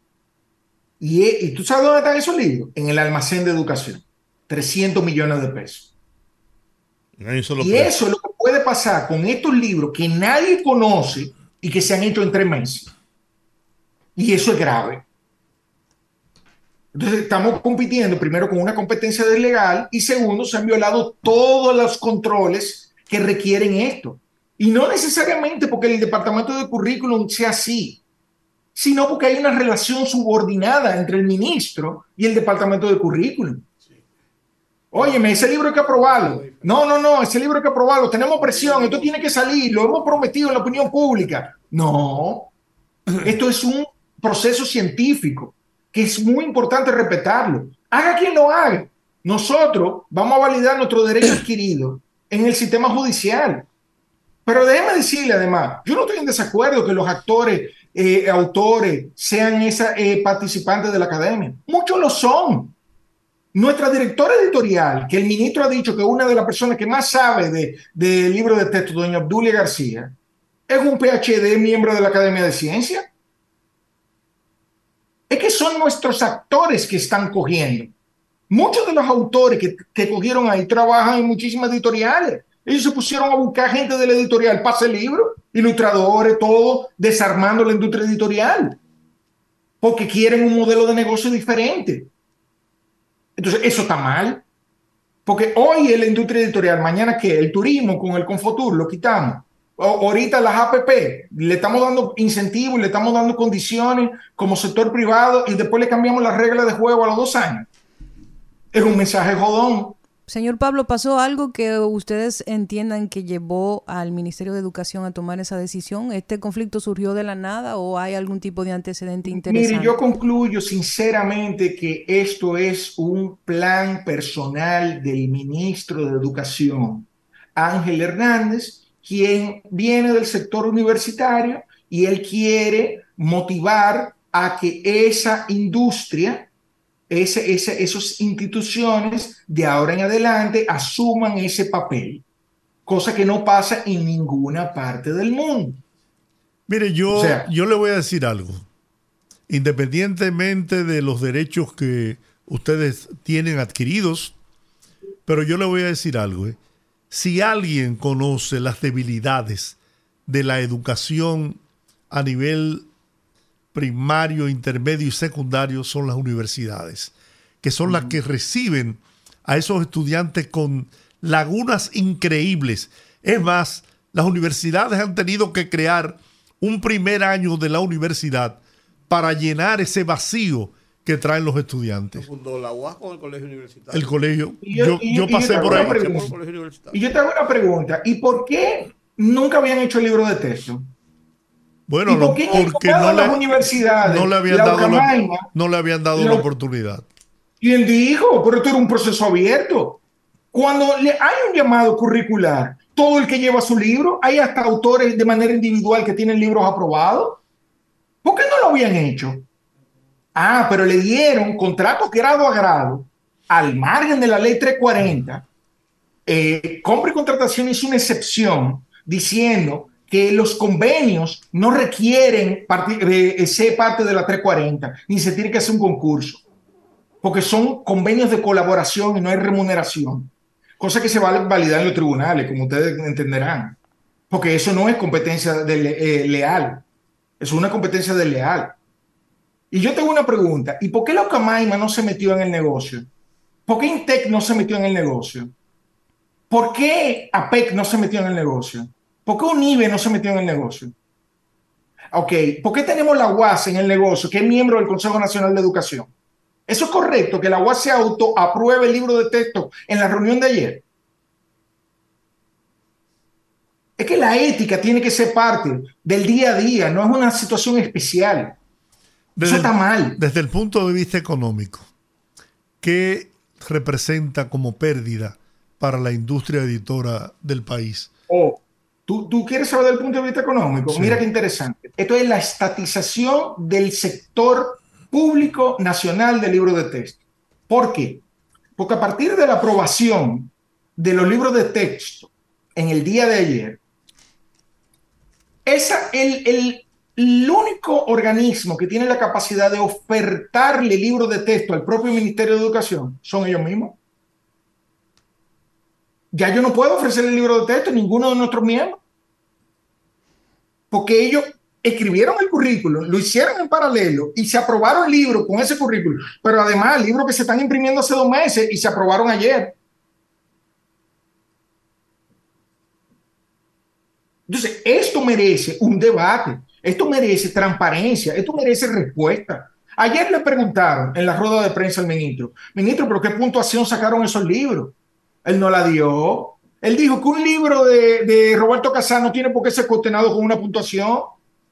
¿Y tú sabes dónde están esos libros? En el almacén de educación. 300 millones de pesos. Y eso es lo que puede pasar con estos libros que nadie conoce y que se han hecho en 3 meses. Y eso es grave. Entonces estamos compitiendo primero con una competencia deslegal y segundo, se han violado todos los controles que requieren esto. Y no necesariamente porque el departamento de currículum sea así, sino porque hay una relación subordinada entre el ministro y el departamento de currículum. Óyeme, ese libro hay que aprobarlo. No, ese libro hay que aprobarlo. Tenemos presión, esto tiene que salir, lo hemos prometido en la opinión pública. No, esto es un proceso científico que es muy importante respetarlo. Haga quien lo haga. Nosotros vamos a validar nuestro derecho adquirido en el sistema judicial. Pero déjeme decirle además, yo no estoy en desacuerdo que los actores, autores, sean participantes de la academia. Muchos lo son. Nuestra directora editorial, que el ministro ha dicho que es una de las personas que más sabe de libro de texto, doña Obdulia García, es un PhD miembro de la Academia de Ciencias. Es que son nuestros actores que están cogiendo. Muchos de los autores que cogieron ahí trabajan en muchísimas editoriales. Ellos se pusieron a buscar gente de la editorial para hacer libros, ilustradores, todo, desarmando la industria editorial, porque quieren un modelo de negocio diferente. Entonces, eso está mal, porque hoy es la industria editorial, mañana ¿qué? El turismo con el Confotur lo quitamos. Ahorita las APP, le estamos dando incentivos, le estamos dando condiciones como sector privado y después le cambiamos las reglas de juego a los 2 años. Es un mensaje jodón. Señor Pablo, ¿pasó algo que ustedes entiendan que llevó al Ministerio de Educación a tomar esa decisión? ¿Este conflicto surgió de la nada o hay algún tipo de antecedente interesante? Mire, yo concluyo sinceramente que esto es un plan personal del ministro de Educación, Ángel Hernández, quien viene del sector universitario y él quiere motivar a que esa industria, esas instituciones de ahora en adelante asuman ese papel, cosa que no pasa en ninguna parte del mundo. Mire, yo le voy a decir algo. Independientemente de los derechos que ustedes tienen adquiridos, pero yo le voy a decir algo. Si alguien conoce las debilidades de la educación a nivel primario, intermedio y secundario, son las universidades, que son las que reciben a esos estudiantes con lagunas increíbles. Es más, las universidades han tenido que crear un primer año de la universidad para llenar ese vacío que traen los estudiantes. ¿Fundó la UAS con el colegio universitario? El colegio. Yo pasé por ahí. Y yo te hago una pregunta. ¿Y por qué nunca habían hecho el libro de texto? Bueno, porque las universidades, no le habían dado la oportunidad. ¿Quién dijo? Pero esto era un proceso abierto. Cuando hay un llamado curricular, todo el que lleva su libro, hay hasta autores de manera individual que tienen libros aprobados. ¿Por qué no lo habían hecho? Pero le dieron contratos grado a grado, al margen de la ley 340. Compra y contratación hizo una excepción diciendo que los convenios no requieren ser parte de la 340, ni se tiene que hacer un concurso, porque son convenios de colaboración y no hay remuneración, cosa que se va a validar en los tribunales, como ustedes entenderán, porque eso no es competencia leal, es una competencia desleal. Y yo tengo una pregunta, ¿y por qué la Ocamaima no se metió en el negocio? ¿Por qué Intec no se metió en el negocio? ¿Por qué APEC no se metió en el negocio? ¿Por qué UNIBE no se metió en el negocio? Ok, ¿por qué tenemos la UAS en el negocio, que es miembro del Consejo Nacional de Educación? ¿Eso es correcto, que la UAS se autoapruebe el libro de texto en la reunión de ayer? Es que la ética tiene que ser parte del día a día, no es una situación especial. Eso está mal. Desde el punto de vista económico, ¿qué representa como pérdida para la industria editora del país? ¿Tú quieres saber del punto de vista económico? Sí. Mira qué interesante. Esto es la estatización del sector público nacional del libro de texto. ¿Por qué? Porque a partir de la aprobación de los libros de texto en el día de ayer, el único organismo que tiene la capacidad de ofertarle libros de texto al propio Ministerio de Educación son ellos mismos. Ya yo no puedo ofrecerle el libro de texto a ninguno de nuestros miembros, porque ellos escribieron el currículum, lo hicieron en paralelo y se aprobaron el libro con ese currículum, pero además libros que se están imprimiendo hace 2 meses y se aprobaron ayer. Entonces, esto merece un debate, esto merece transparencia, esto merece respuesta. Ayer le preguntaron en la rueda de prensa al ministro, ¿pero qué puntuación sacaron esos libros? Él no la dio. Él dijo que un libro de Roberto Casá no tiene por qué ser cuestionado con una puntuación.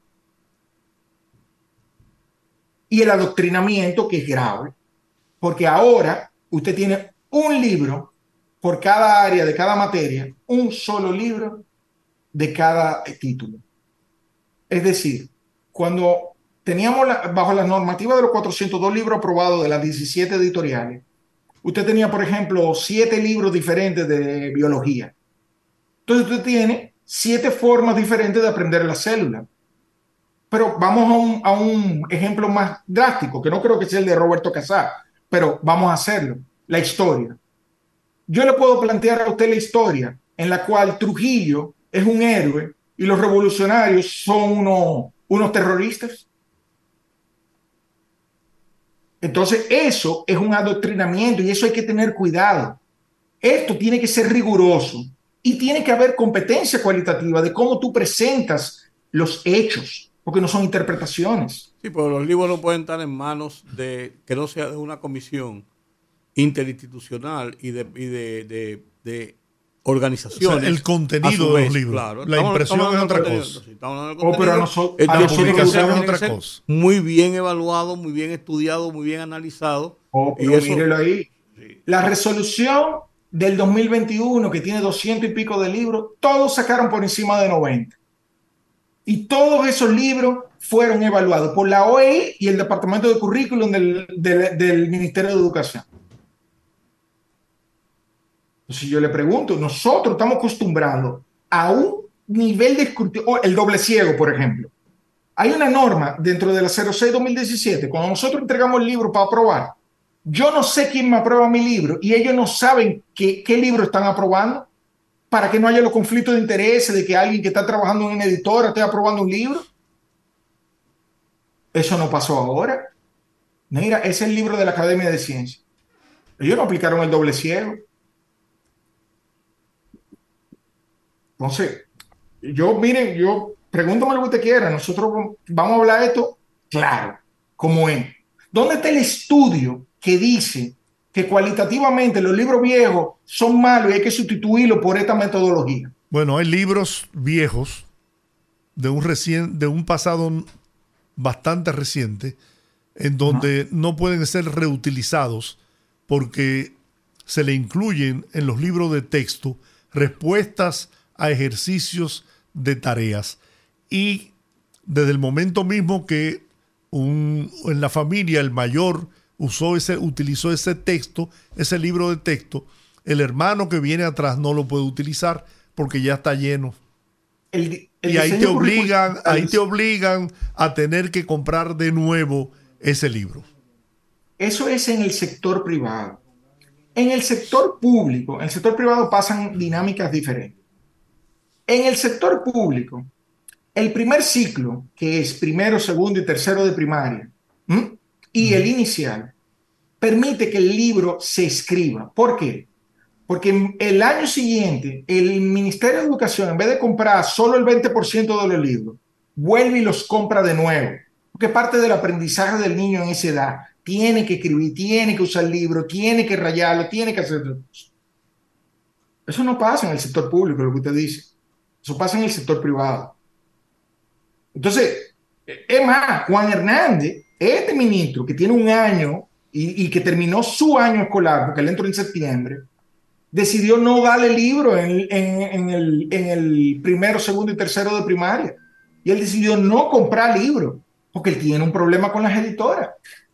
Y el adoctrinamiento, que es grave, porque ahora usted tiene un libro por cada área de cada materia, un solo libro de cada título. Es decir, cuando teníamos bajo la normativa de los 402 libros aprobados de las 17 editoriales, usted tenía, por ejemplo, 7 libros diferentes de biología. Entonces usted tiene 7 formas diferentes de aprender la célula. Pero vamos a un ejemplo más drástico, que no creo que sea el de Roberto Casá, pero vamos a hacerlo. La historia. Yo le puedo plantear a usted la historia en la cual Trujillo es un héroe y los revolucionarios son unos terroristas. Entonces eso es un adoctrinamiento y eso hay que tener cuidado. Esto tiene que ser riguroso y tiene que haber competencia cualitativa de cómo tú presentas los hechos, porque no son interpretaciones. Sí, pero los libros no pueden estar en manos de que no sea de una comisión interinstitucional y de organizaciones. O sea, el contenido de los libros. Claro, la impresión es otra cosa. La publicación es otra cosa. Muy bien evaluado, muy bien estudiado, muy bien analizado. Y eso, mírelo ahí. Sí. La resolución del 2021, que tiene 200 y pico de libros, todos sacaron por encima de 90. Y todos esos libros fueron evaluados por la OEI y el Departamento de Currículum del Ministerio de Educación. Entonces yo le pregunto, nosotros estamos acostumbrados a un nivel de escrutinio, el doble ciego, por ejemplo. Hay una norma dentro de la 06-2017, cuando nosotros entregamos el libro para aprobar, yo no sé quién me aprueba mi libro y ellos no saben qué libro están aprobando para que no haya los conflictos de intereses de que alguien que está trabajando en una editora esté aprobando un libro. Eso no pasó ahora. Mira, ese es el libro de la Academia de Ciencias. Ellos no aplicaron el doble ciego. Entonces, pregúntame lo que usted quiera, nosotros vamos a hablar de esto claro, como es. ¿Dónde está el estudio que dice que cualitativamente los libros viejos son malos y hay que sustituirlos por esta metodología? Bueno, hay libros viejos de un pasado bastante reciente en donde no pueden ser reutilizados porque se le incluyen en los libros de texto respuestas a ejercicios de tareas. Y desde el momento mismo que en la familia el mayor utilizó ese texto, ese libro de texto, el hermano que viene atrás no lo puede utilizar porque ya está lleno. El El Y ahí te diseño obligan, curricular ahí te obligan a tener que comprar de nuevo ese libro. Eso es en el sector privado. En el sector público, en el sector privado pasan dinámicas diferentes. En el sector público, el primer ciclo, que es primero, segundo y tercero de primaria, ¿m? Y el inicial, permite que el libro se escriba. ¿Por qué? Porque el año siguiente, el Ministerio de Educación, en vez de comprar solo el 20% de los libros, vuelve y los compra de nuevo. Porque parte del aprendizaje del niño en esa edad. Tiene que escribir, tiene que usar el libro, tiene que rayarlo, tiene que hacer todo eso. Eso no pasa en el sector público, lo que usted dice. Eso pasa en el sector privado. Entonces, es más, Juan Hernández, este ministro que tiene un año y que terminó su año escolar, porque él entró en septiembre, decidió no darle libro en el primero, segundo y tercero de primaria. Y él decidió no comprar libros, porque él tiene un problema con las editoras.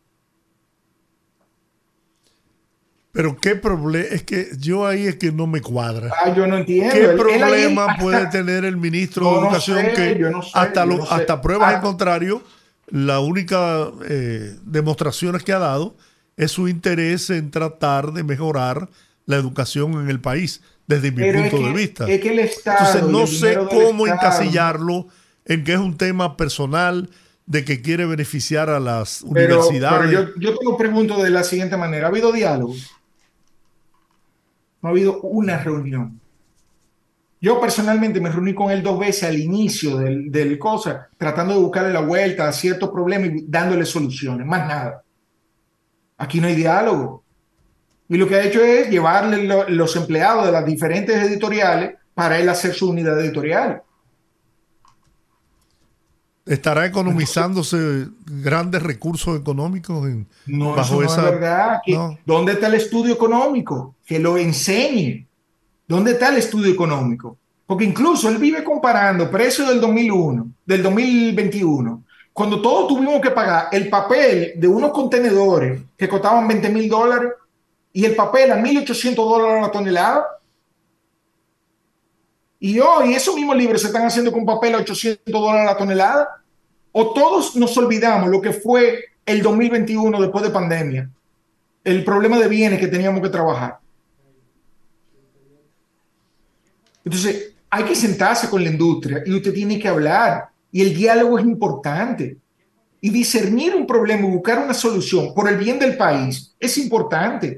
Pero qué problema, es que yo ahí es que no me cuadra. Yo no entiendo. ¿Qué Él ahí problema hasta- puede tener el ministro de Yo no Educación sé, que yo no sé, hasta, yo no sé. hasta pruebas Ah. en contrario, la única demostraciones que ha dado es su interés en tratar de mejorar la educación en el país, desde mi Pero punto es de que- vista. es que el Estado Entonces y no el sé dinero del cómo Estado- encasillarlo en que es un tema personal de que quiere beneficiar a las Pero universidades. yo te lo pregunto de la siguiente manera. ¿Ha habido diálogo? No ha habido una reunión. Yo personalmente me reuní con él 2 veces al inicio del cosa, tratando de buscarle la vuelta a ciertos problemas y dándole soluciones, más nada. Aquí no hay diálogo. Y lo que ha hecho es llevarle los empleados de las diferentes editoriales para él hacer su unidad editorial. ¿Estará economizándose grandes recursos económicos No, bajo eso no esa? es verdad. No. ¿Dónde está el estudio económico? Que lo enseñe. ¿Dónde está el estudio económico? Porque incluso él vive comparando precios del 2001, del 2021, cuando todos tuvimos que pagar el papel de unos contenedores que costaban $20,000 y el papel a $1,800 la tonelada. Y hoy esos mismos libros se están haciendo con papel a $800 la tonelada. O todos nos olvidamos lo que fue el 2021 después de pandemia, el problema de bienes que teníamos que trabajar. Entonces, hay que sentarse con la industria y usted tiene que hablar. Y el diálogo es importante. Y discernir un problema y buscar una solución por el bien del país es importante.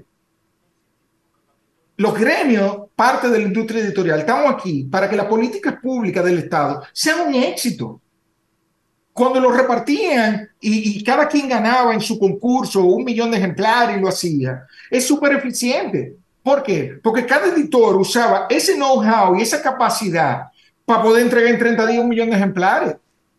Los gremios, parte de la industria editorial, estamos aquí para que las políticas públicas del Estado sean un éxito. Cuando lo repartían y cada quien ganaba en su concurso 1 millón de ejemplares y lo hacía, es súper eficiente. ¿Por qué? Porque cada editor usaba ese know-how y esa capacidad para poder entregar en 30 días 1 millón de ejemplares.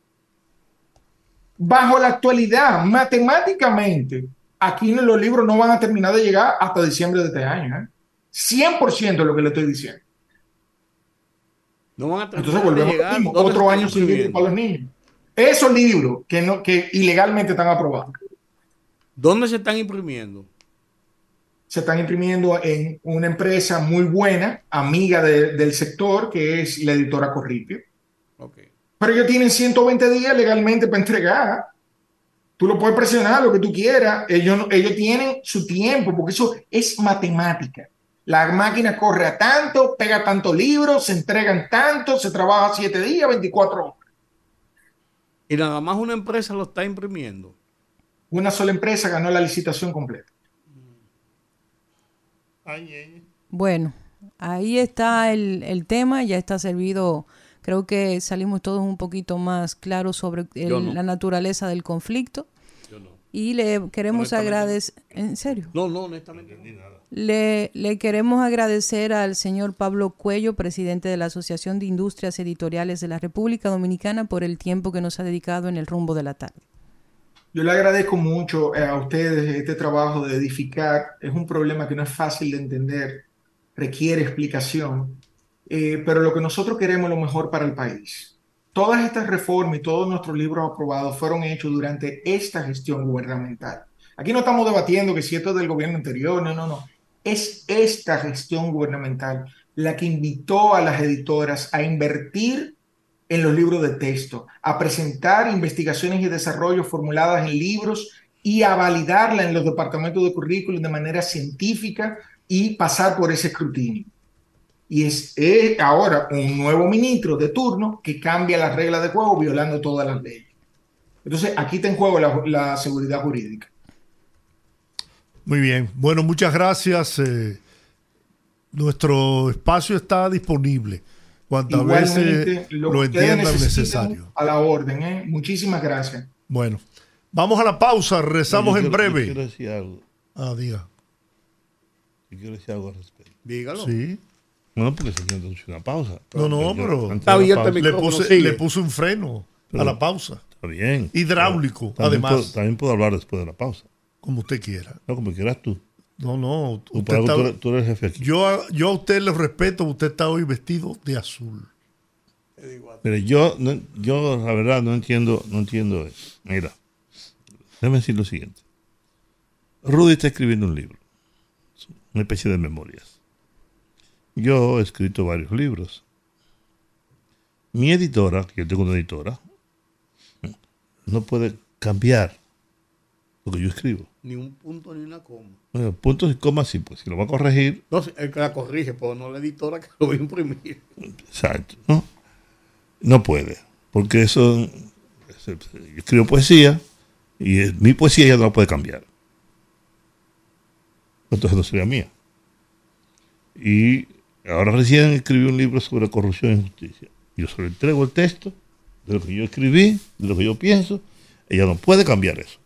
Bajo la actualidad, matemáticamente, aquí los libros no van a terminar de llegar hasta diciembre de este año. 100% es lo que le estoy diciendo. No van a terminar Entonces de volvemos llegar. a lo mismo, ¿Dónde otro se año están sin libros imprimiendo? para los niños. Esos libros que ilegalmente están aprobados ¿Dónde se están imprimiendo? se están imprimiendo en una empresa muy buena, amiga del sector, que es la editora Corripio. Ok. Pero ellos tienen 120 días legalmente para entregar. Tú lo puedes presionar lo que tú quieras. Ellos tienen su tiempo, porque eso es matemática. La máquina corre a tanto, pega tantos libros, se entregan tanto, se trabaja 7 días, 24 horas. Y nada más una empresa lo está imprimiendo. Una sola empresa ganó la licitación completa. Bueno, ahí está el tema, ya está servido. Creo que salimos todos un poquito más claros sobre Yo no. la naturaleza del conflicto. Yo no. Y le queremos Honestamente. agradecer, ¿en serio? No, honestamente. Le queremos agradecer al señor Pablo Cuello, presidente de la Asociación de Industrias Editoriales de la República Dominicana, por el tiempo que nos ha dedicado en el rumbo de la tarde. Yo le agradezco mucho a ustedes este trabajo de edificar. Es un problema que no es fácil de entender, requiere explicación, pero lo que nosotros queremos es lo mejor para el país. Todas estas reformas y todos nuestros libros aprobados fueron hechos durante esta gestión gubernamental. Aquí no estamos debatiendo que si esto es del gobierno anterior, no. Es esta gestión gubernamental la que invitó a las editoras a invertir en los libros de texto, a presentar investigaciones y desarrollos formuladas en libros y a validarla en los departamentos de currículum de manera científica y pasar por ese escrutinio. Y es ahora un nuevo ministro de turno que cambia las reglas de juego violando todas las leyes. Entonces, aquí está en juego la seguridad jurídica. Muy bien. Bueno, muchas gracias. Nuestro espacio está disponible cuantas veces lo entiendan necesario. A la orden, Muchísimas gracias. Bueno, vamos a la pausa. Regresamos en breve. Yo quiero decir algo. Diga. Yo quiero decir algo al respecto. Dígalo. Sí. Bueno, porque se quiere hacer una pausa. Pero le puse un freno a la pausa. Está bien. Hidráulico, además. También puedo hablar después de la pausa. Como usted quiera. No, como quieras tú. No. Tú eres el jefe aquí. Yo a usted le respeto. Usted está hoy vestido de azul. Pero yo la verdad no entiendo eso. Mira, déjame decir lo siguiente. Rudy está escribiendo un libro, una especie de memorias. Yo he escrito varios libros. Mi editora, que yo tengo una editora, no puede cambiar lo que yo escribo. Ni un punto ni una coma. Bueno, puntos y comas sí, pues si lo va a corregir. No, el que la corrige, pero no la editora que lo va a imprimir. Exacto, ¿no? No puede, porque eso, yo escribo poesía y mi poesía ya no la puede cambiar. Entonces no sería mía. Y ahora recién escribí un libro sobre corrupción e injusticia. Yo se lo entrego el texto de lo que yo escribí, de lo que yo pienso. Ella no puede cambiar eso.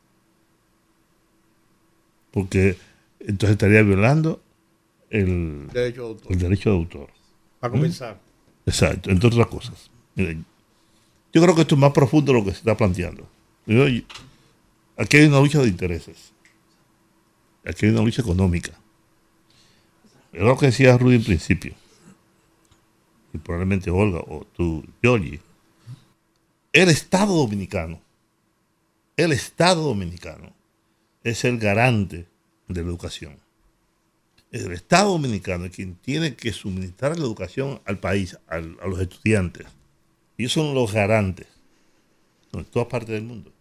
Porque entonces estaría violando el derecho de autor. Para comenzar. Exacto, entre otras cosas. Miren, yo creo que esto es más profundo de lo que se está planteando. Aquí hay una lucha de intereses. Aquí hay una lucha económica. Es lo que decía Rudy en principio. Y probablemente Olga o tú, Yoli. El Estado Dominicano es el garante de la educación. El Estado Dominicano es quien tiene que suministrar la educación al país, a los estudiantes. Ellos son los garantes en todas partes del mundo.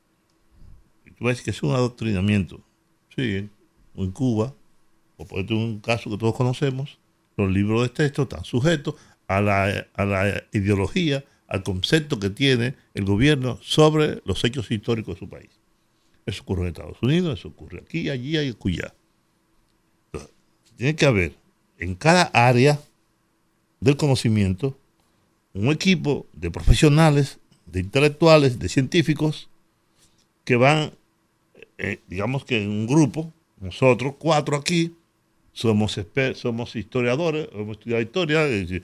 Y tú ves que es un adoctrinamiento. Sí, en Cuba, o por ejemplo, un caso que todos conocemos, los libros de texto están sujetos a la ideología, al concepto que tiene el gobierno sobre los hechos históricos de su país. Eso ocurre en Estados Unidos, eso ocurre aquí, allí y acullá. Entonces, tiene que haber en cada área del conocimiento un equipo de profesionales, de intelectuales, de científicos que van, digamos que en un grupo, nosotros 4 aquí, somos historiadores, hemos estudiado historia, el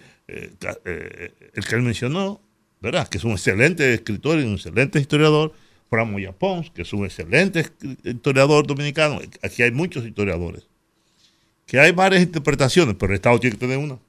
que él mencionó, ¿verdad? Que es un excelente escritor y un excelente historiador, Fran Moya Pons, que es un excelente historiador dominicano. Aquí hay muchos historiadores. Que hay varias interpretaciones, pero el Estado tiene que tener una.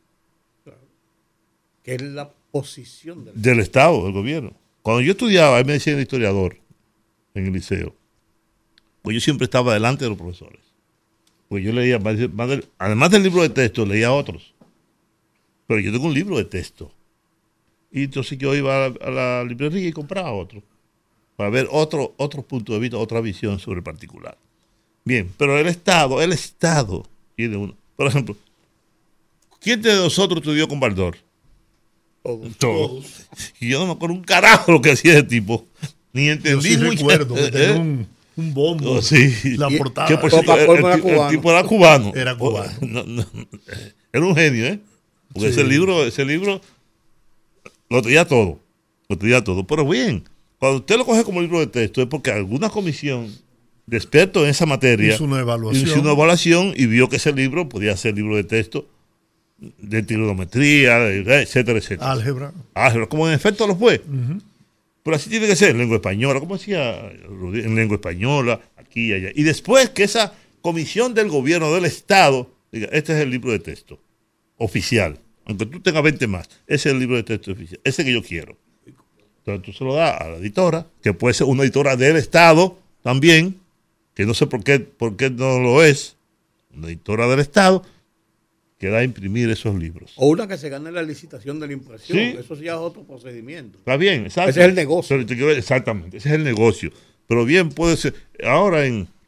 Que es la posición del Estado, del gobierno. Cuando yo estudiaba, él me decía el historiador en el liceo, pues yo siempre estaba delante de los profesores. Pues yo leía, además del libro de texto, leía otros. Pero yo tengo un libro de texto. Y entonces yo iba a la librería y compraba otro. Para ver otro punto de vista, otra visión sobre el particular. Bien, pero el Estado tiene uno. Por ejemplo, ¿quién de nosotros estudió con Baldor? Todos. Y yo no me acuerdo un carajo lo que hacía ese tipo. Ni entendí yo sí recuerdo que tenía un bombo. Oh, sí. La portada. Que por el tipo era cubano. Era cubano. Era un genio, ¿eh? Porque sí. ese libro lo tenía todo. Pero bien, cuando usted lo coge como libro de texto es porque alguna comisión de expertos en esa materia hizo una evaluación y vio que ese libro podía ser libro de texto de trigonometría, etcétera. Álgebra, como en efecto lo fue. Uh-huh. Pero así tiene que ser, en lengua española, como decía Rudy, en lengua española, aquí y allá. Y después que esa comisión del gobierno, del Estado, diga, este es el libro de texto oficial. Aunque tú tengas 20 más, ese es el libro de texto oficial, ese que yo quiero. Entonces tú se lo das a la editora, que puede ser una editora del Estado también, que no sé por qué no lo es, una editora del Estado, que da a imprimir esos libros. O una que se gane la licitación de la impresión. Sí. Eso ya es otro procedimiento. Está bien, exacto. Ese es el negocio. Exactamente, ese es el negocio. Pero bien puede ser. Ahora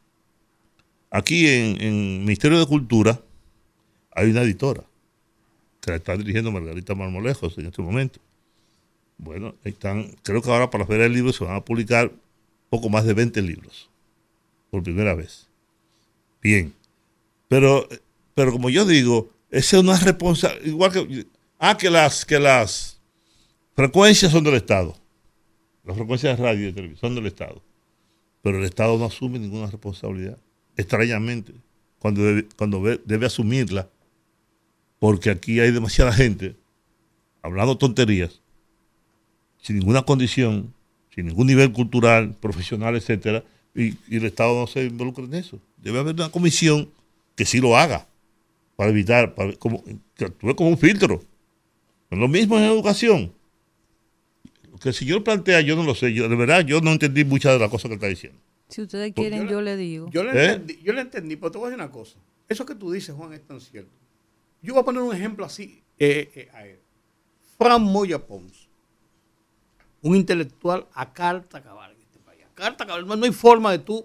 aquí en el Ministerio de Cultura hay una editora que la está dirigiendo Margarita Marmolejos en este momento. Bueno, creo que ahora para la Feria del Libro se van a publicar poco más de 20 libros por primera vez. Bien. Pero como yo digo, esa es una responsabilidad, igual que las frecuencias son del Estado. Las frecuencias de radio y de televisión son del Estado. Pero el Estado no asume ninguna responsabilidad. Extrañamente, cuando debe asumirla, porque aquí hay demasiada gente hablando tonterías, sin ninguna condición, sin ningún nivel cultural, profesional, etcétera, y el Estado no se involucra en eso. Debe haber una comisión que sí lo haga, para evitar, que actúe como un filtro. Lo mismo en educación. Lo que el señor plantea, yo no lo sé. De verdad, yo no entendí muchas de las cosas que está diciendo. Si ustedes quieren, yo le digo. Yo le entendí, pero te voy a decir una cosa. Eso que tú dices, Juan, es tan cierto. Yo voy a poner un ejemplo así a él. Fran Moya Pons, un intelectual a carta cabal en este país. A carta cabal, no hay forma de tú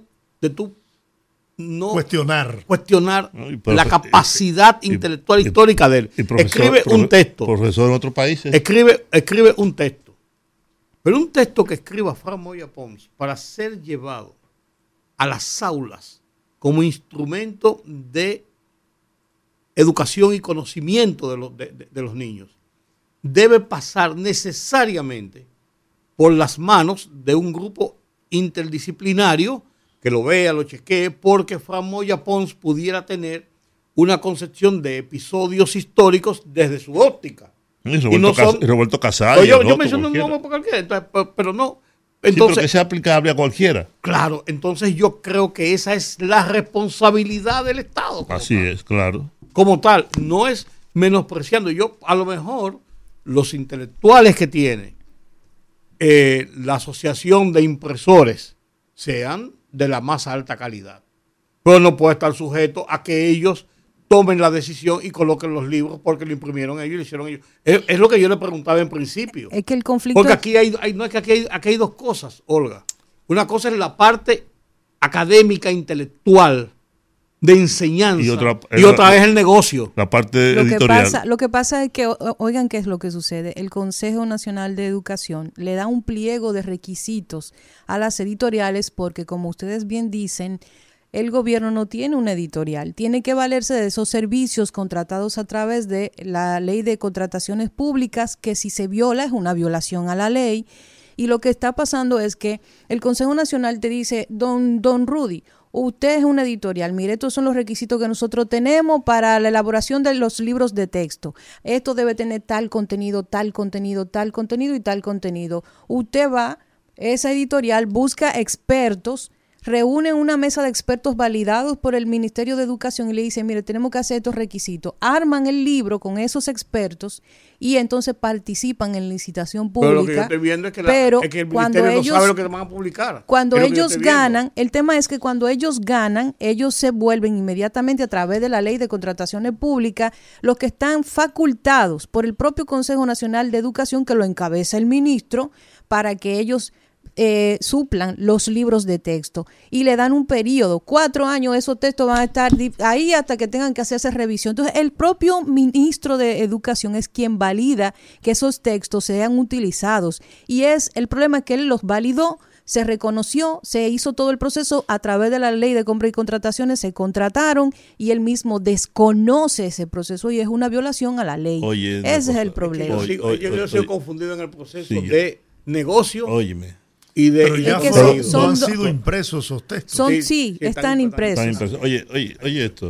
no cuestionar la capacidad intelectual histórica de él. Escribe un texto. Profesor en otros países. Escribe un texto. Pero un texto que escriba Fran Moya Pons para ser llevado a las aulas como instrumento de educación y conocimiento de los niños debe pasar necesariamente por las manos de un grupo interdisciplinario que lo vea, lo chequee, porque Fran Moya Pons pudiera tener una concepción de episodios históricos desde su óptica. Y Roberto Casal. Yo menciono un nombre por cualquiera, pero no. Entonces, sí, pero que sea aplicable a cualquiera. Claro, entonces yo creo que esa es la responsabilidad del Estado. Así es, claro. Como tal, no es menospreciando. Yo, a lo mejor, los intelectuales que tiene la Asociación de Impresores sean de la más alta calidad, pero no puede estar sujeto a que ellos tomen la decisión y coloquen los libros porque lo imprimieron ellos y lo hicieron ellos. Es lo que yo le preguntaba en principio. Es que el conflicto... Porque aquí hay dos cosas, Olga. Una cosa es la parte académica, intelectual, de enseñanza, y otra es el negocio. La parte editorial. Lo que pasa es que, oigan qué es lo que sucede. El Consejo Nacional de Educación le da un pliego de requisitos a las editoriales porque, como ustedes bien dicen, el gobierno no tiene una editorial. Tiene que valerse de esos servicios contratados a través de la ley de contrataciones públicas, que si se viola es una violación a la ley. Y lo que está pasando es que el Consejo Nacional te dice, don Rudy, usted es una editorial, mire, estos son los requisitos que nosotros tenemos para la elaboración de los libros de texto. Esto debe tener tal contenido, tal contenido, tal contenido y tal contenido. Usted va, esa editorial busca expertos, reúne una mesa de expertos validados por el Ministerio de Educación y le dice, mire, tenemos que hacer estos requisitos. Arman el libro con esos expertos y entonces participan en licitación pública. Pero lo que yo estoy viendo es que el Ministerio no sabe lo que van a publicar. Cuando ellos ganan, el tema es que cuando ellos ganan, ellos se vuelven inmediatamente a través de la ley de contrataciones públicas los que están facultados por el propio Consejo Nacional de Educación, que lo encabeza el ministro, para que ellos suplan los libros de texto y le dan un periodo, 4 años, esos textos van a estar ahí hasta que tengan que hacerse revisión. Entonces el propio ministro de Educación es quien valida que esos textos sean utilizados y el problema es que él los validó, se reconoció, se hizo todo el proceso a través de la ley de compra y contrataciones, se contrataron y él mismo desconoce ese proceso y es una violación a la ley. Ese es el problema. Yo estoy confundido en el proceso de negocio. Óyeme. Pero ya no han sido impresos esos textos. Sí, están impresos. Oye esto.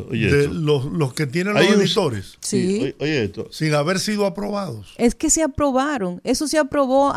Los que tienen los editores. Sí. Oye esto. Sin haber sido aprobados. Es que se aprobaron. Eso se aprobó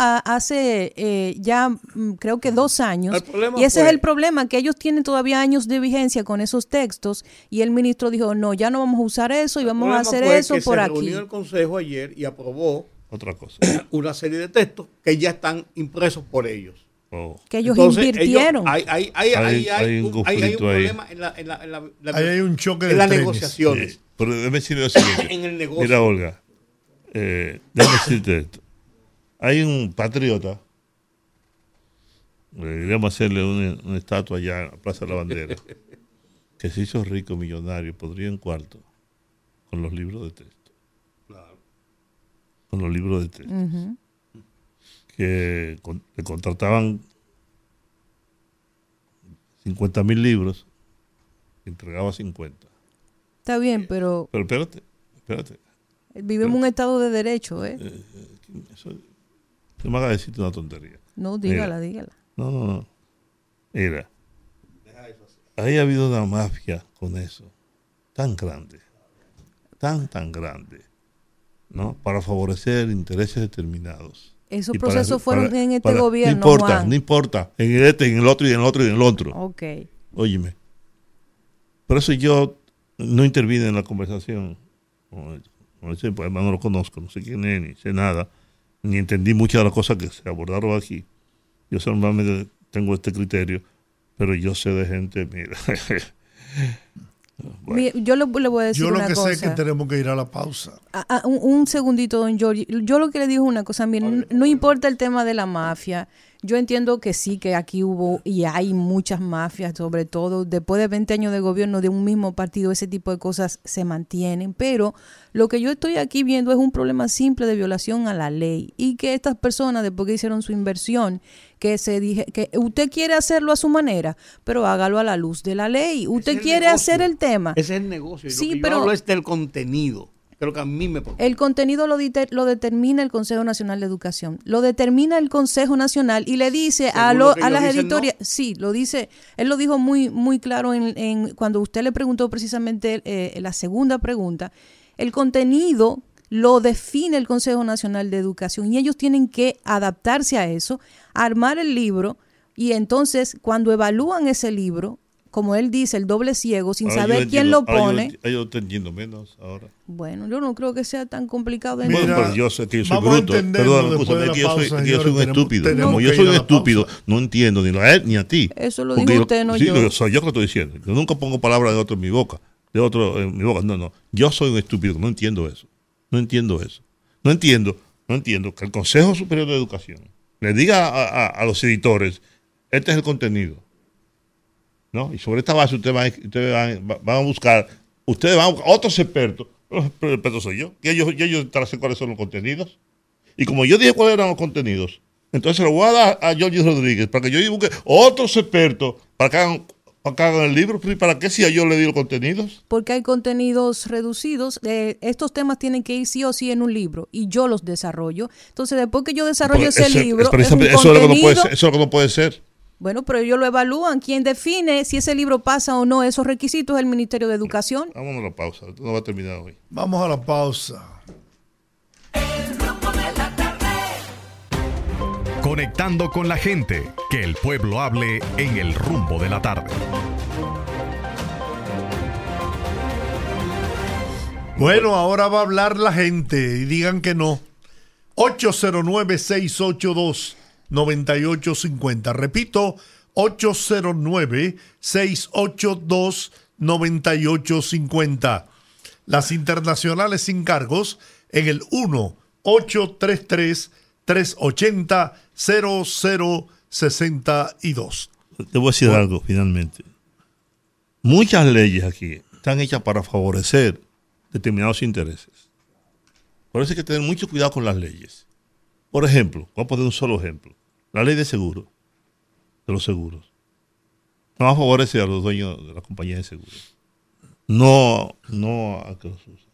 hace ya creo que 2 años. Y ese es el problema, que ellos tienen todavía años de vigencia con esos textos y el ministro dijo, no, ya no vamos a usar eso y vamos a hacer eso por aquí. Se reunió el Consejo ayer y aprobó otra cosa, una serie de textos que ya están impresos por ellos. Que ellos Entonces, invirtieron. Hay un conflicto ahí. problema Ahí hay un choque de en las trenes. negociaciones. Sí, pero déjame decirle lo siguiente. En el negocio. Mira, Olga, déjame decirte esto. Hay un patriota, deberíamos hacerle una estatua allá en la Plaza de la Bandera, que se hizo rico, millonario, podría en cuarto, con los libros de texto. Con los libros de texto. Ujú. Que le contrataban 50,000 libros, entregaba 50. Está bien, pero Pero espérate. vivimos en un estado de derecho, ¿eh? Eso, no me hagas decirte una tontería. No, dígala. No. Mira, ahí ha habido una mafia con eso, tan grande, tan grande, ¿no? Para favorecer intereses determinados. Esos Y procesos fueron en este gobierno, No importa, Juan. no importa. En el otro y en el otro y en el otro. Ok. Óyeme. Por eso yo no intervine en la conversación. Como ese poema no lo conozco, no sé quién es, ni sé nada, ni entendí muchas de las cosas que se abordaron aquí. Yo solamente tengo este criterio, pero yo sé de gente, mira. Bueno. Mire, yo le voy a decir Yo lo una que cosa. sé es que tenemos que ir a la pausa. Un segundito, don Giorgi. Yo lo que le digo es una cosa, miren, no importa el tema de la mafia. Yo entiendo que sí, que aquí hubo y hay muchas mafias, sobre todo después de 20 años de gobierno de un mismo partido, ese tipo de cosas se mantienen. Pero lo que yo estoy aquí viendo es un problema simple de violación a la ley y que estas personas, después que hicieron su inversión, que usted quiere hacerlo a su manera, pero hágalo a la luz de la ley. Usted quiere hacer el tema. Ese es el negocio. Sí, Lo que pero yo hablo es del contenido. Creo que a mí me preocupa. el contenido lo determina el Consejo Nacional de Educación, lo determina el Consejo Nacional y le dice a Según lo que las ellos dicen, editoriales, ¿no? sí, lo dice, él lo dijo muy claro cuando usted le preguntó precisamente la segunda pregunta, el contenido lo define el Consejo Nacional de Educación y ellos tienen que adaptarse a eso, armar el libro y entonces cuando evalúan ese libro, como él dice, el doble ciego, sin Ahora saber quién lo pone. Yo te entiendo menos ahora. Bueno, yo no creo que sea tan complicado de Mira, Bueno, pero yo sé que yo soy vamos a bruto. entenderlo Perdón, después de escúchame, la que yo soy pausa, un señores. estúpido. Tenemos Como yo que soy ir a un la estúpido, pausa. no entiendo ni a él ni a ti. Eso lo Porque dijo usted, no sí, yo. Soy yo que lo estoy diciendo. Yo nunca pongo palabras de otro en mi boca. De otro en mi boca. No. Yo soy un estúpido. No entiendo eso. No entiendo que el Consejo Superior de Educación le diga a los editores, este es el contenido. ¿No? Y sobre esta base ustedes van a buscar otros expertos. Los expertos soy yo. Y ellos saben cuáles son los contenidos. Y como yo dije cuáles eran los contenidos, entonces lo voy a dar a Giorgi Rodríguez para que yo busque otros expertos para que hagan el libro. ¿Y para qué si yo le di los contenidos? Porque hay contenidos reducidos. Estos temas tienen que ir sí o sí en un libro y yo los desarrollo. Entonces, después que yo desarrollo ese libro, es un eso es lo contenido. que no puede ser. Bueno, pero ellos lo evalúan. Quien define si ese libro pasa o no esos requisitos es el Ministerio de Educación. Vámonos a la pausa. Esto no va a terminar hoy. Vamos a la pausa. Conectando con la gente, que el pueblo hable en el rumbo de la tarde. Bueno, ahora va a hablar la gente y digan que no. 809-682-9850. Repito, 809-682-9850. Las internacionales sin cargos en el 1-833-380-0062. Te voy a decir algo finalmente. Muchas leyes aquí están hechas para favorecer determinados intereses. Por eso hay que tener mucho cuidado con las leyes. Por ejemplo, voy a poner un solo ejemplo. La ley de seguro, de los seguros. No va a favorecer a los dueños de las compañías de seguros. No a que los usen.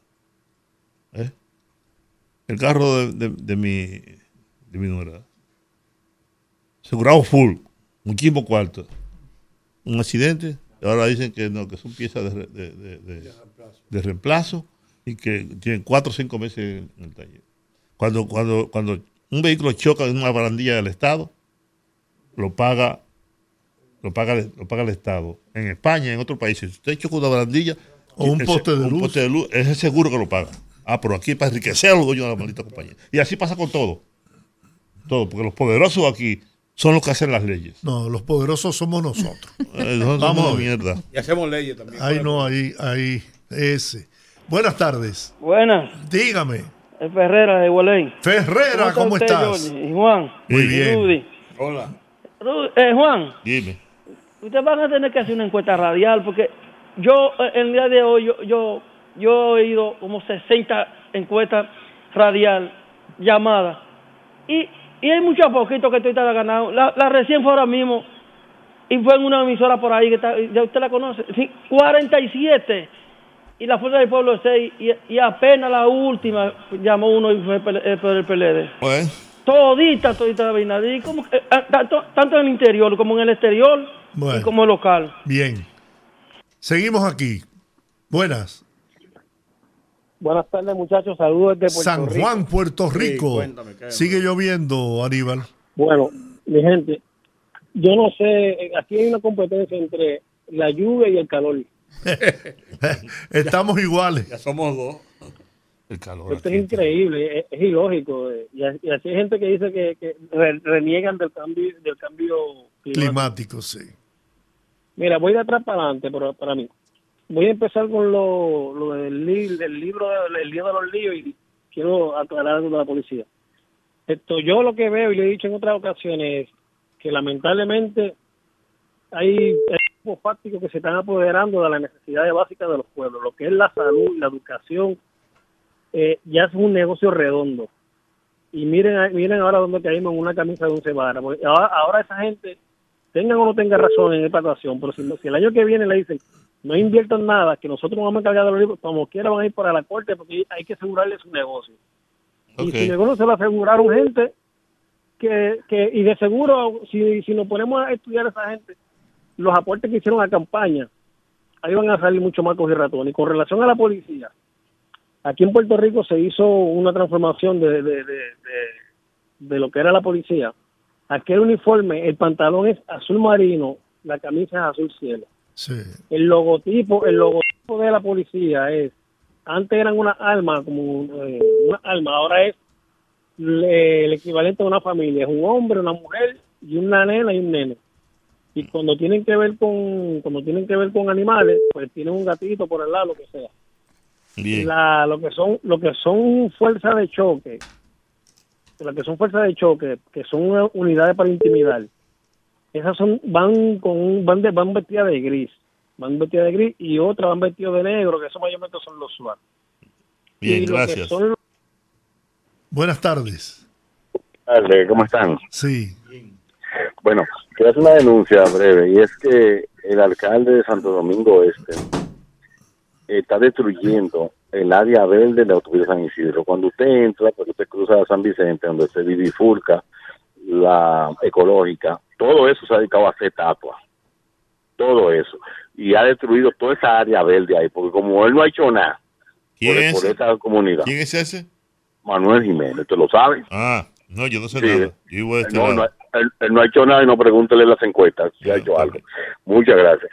El carro de mi nuera, asegurado full, muchísimo cuarto. Un accidente, ahora dicen que no, que son piezas de reemplazo y que tienen 4 o 5 meses en el taller. Cuando un vehículo choca en una barandilla del Estado, lo paga el Estado. En España, en otros países, si usted choca una barandilla o un poste de luz, es el seguro que lo paga. Pero aquí para enriquecer a los dueños de la maldita compañía. Y así pasa con todo. Todo, porque los poderosos aquí son los que hacen las leyes. No, los poderosos somos nosotros. Nosotros Vamos somos a ver. mierda. Y hacemos leyes también. Ahí no, ahí, ese. Buenas tardes. Buenas, Dígame. es Ferrera de Gualey. Ferrera, ¿cómo usted, estás? Jorge? Y Juan. Muy y bien. Rudy. Hola. Juan, Dime. ustedes van a tener que hacer una encuesta radial porque yo, el día de hoy, yo he oído como 60 encuestas radial, llamadas, y hay muchos poquitos que estoy ganando. La recién fue ahora mismo, y fue en una emisora por ahí, que ya usted la conoce, sí, 47, y la Fuerza del Pueblo 6, y apenas la última llamó uno y fue por el PLD. Bueno, Todita Abinader, y como, tanto en el interior como en el exterior, Bueno. y como el local. Bien. Seguimos aquí. Buenas. Buenas tardes, muchachos. Saludos desde Puerto San Rico. Juan, Puerto Rico. cuéntame, ¿qué? Sigue lloviendo, Aníbal. Bueno, mi gente, yo no sé, aquí hay una competencia entre la lluvia y el calor. Estamos iguales. Ya somos dos. el calor. Esto aquí. es increíble, es ilógico. Y así hay gente que dice que reniegan del cambio Climático, sí. Mira, voy de atrás para adelante, pero para mí. Voy a empezar con lo del libro, el lío de los líos, y quiero aclarar algo de la policía. Yo lo que veo, y lo he dicho en otras ocasiones, es que lamentablemente hay grupos fácticos que se están apoderando de las necesidades básicas de los pueblos, lo que es la salud, la educación, ya es un negocio redondo. Y miren ahora dónde caímos, en una camisa de 11 varas. Ahora esa gente, tengan o no tengan razón en esta ocasión, pero si el año que viene le dicen, no inviertan nada, que nosotros nos vamos a encargar de los libros, como quiera van a ir para la corte, porque hay que asegurarle su negocio. Y Okay. su negocio se lo aseguraron gente y de seguro, si nos ponemos a estudiar a esa gente, los aportes que hicieron a campaña, ahí van a salir mucho más y ratones. Y con relación a la policía, aquí en Puerto Rico se hizo una transformación de lo que era la policía. Aquel uniforme, el pantalón es azul marino, la camisa es azul cielo. Sí. El logotipo de la policía es, antes eran una alma, como una alma, ahora es el equivalente a una familia, es un hombre, una mujer y una nena y un nene. Y cuando tienen que ver con animales, pues tienen un gatito por el lado, lo que sea. Bien. Lo que son fuerzas de choque, que son unidades para intimidar, esas van vestidas de gris, y otras van vestidas de negro, que eso mayormente son los SWAT. Bien, Y lo que gracias. son Buenas tardes. ¿Cómo están? Sí. Bueno, quiero hacer una denuncia breve, y es que el alcalde de Santo Domingo Este está destruyendo el área verde de la autopista San Isidro. Cuando usted entra, porque usted cruza a San Vicente, donde se bifurca la ecológica, todo eso se ha dedicado a hacer estatuas. Todo eso. Y ha destruido toda esa área verde ahí, porque como él no ha hecho nada por esa comunidad. ¿Quién es ese? Manuel Jiménez, ¿usted lo sabe? Ah, no, yo no sé Sí. nada. Yo vivo de este No, lado. él no ha hecho nada, y no pregúntele las encuestas si ha hecho algo. Muchas gracias.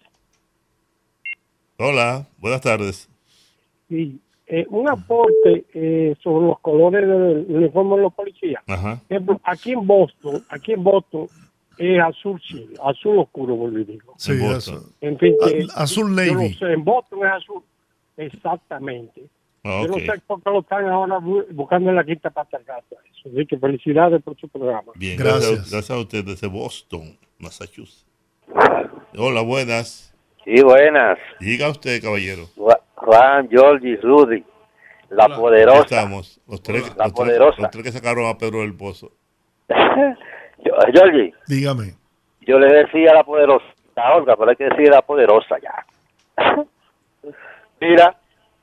Hola, buenas tardes. Sí, un aporte sobre los colores del uniforme de los policías. Ajá. Aquí en Boston es azul cielo, azul oscuro, vuelvo y digo. Sí, azul. En fin, Azul yo navy. no sé, en Boston es azul, exactamente. Ah, Yo no ok. sé por qué lo están ahora buscando en la quinta pata al gato. Eso. Así que felicidades por su programa. Bien, Gracias. gracias a usted desde Boston, Massachusetts. Hola, buenas. Sí, buenas. Diga usted, caballero. Juan, Jordi, Rudy, la Aquí poderosa. estamos, los tres, La los tres- poderosa. los tres que sacaron a Pedro del Pozo. Jordi, Dígame. yo le decía a la poderosa, a Olga, pero hay que decir la poderosa ya. Mira,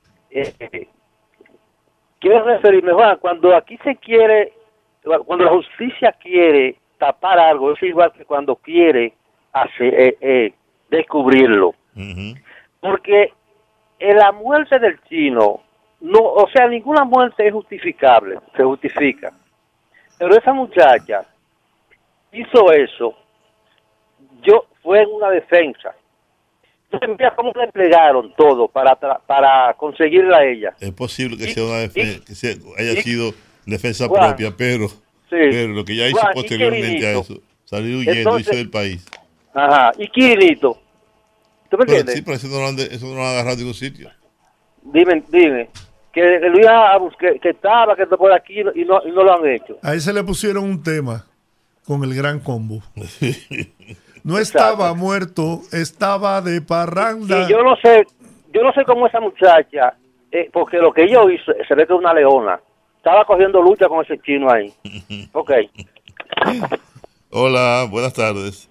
quiero referirme, Juan, cuando aquí se quiere, cuando la justicia quiere tapar algo, es igual que cuando quiere hacer, descubrirlo. Porque la muerte del chino, no, o sea, ninguna muerte es justificable, se justifica. Pero esa muchacha hizo eso, fue en una defensa. Entonces, mira cómo desplegaron todo para conseguirla a ella. Es posible que sea una haya sido defensa Juan, propia, pero sí. lo que ya hizo Juan, ¿y qué posteriormente a hizo? eso. Salir huyendo, Entonces, irse del país. Ajá. ¿Y Quirinito? ¿Tú me Pero, entiendes? sí, pero eso no lo han agarrado en ningún sitio. Dime. Que lo iba a buscar, que estaba, que está por aquí y no lo han hecho. A ese le pusieron un tema con el Gran Combo. No estaba muerto, estaba de parranda. Y yo no sé cómo esa muchacha, porque lo que ella hizo, se ve que es una leona. Estaba cogiendo lucha con ese chino ahí. Ok. Hola, buenas tardes.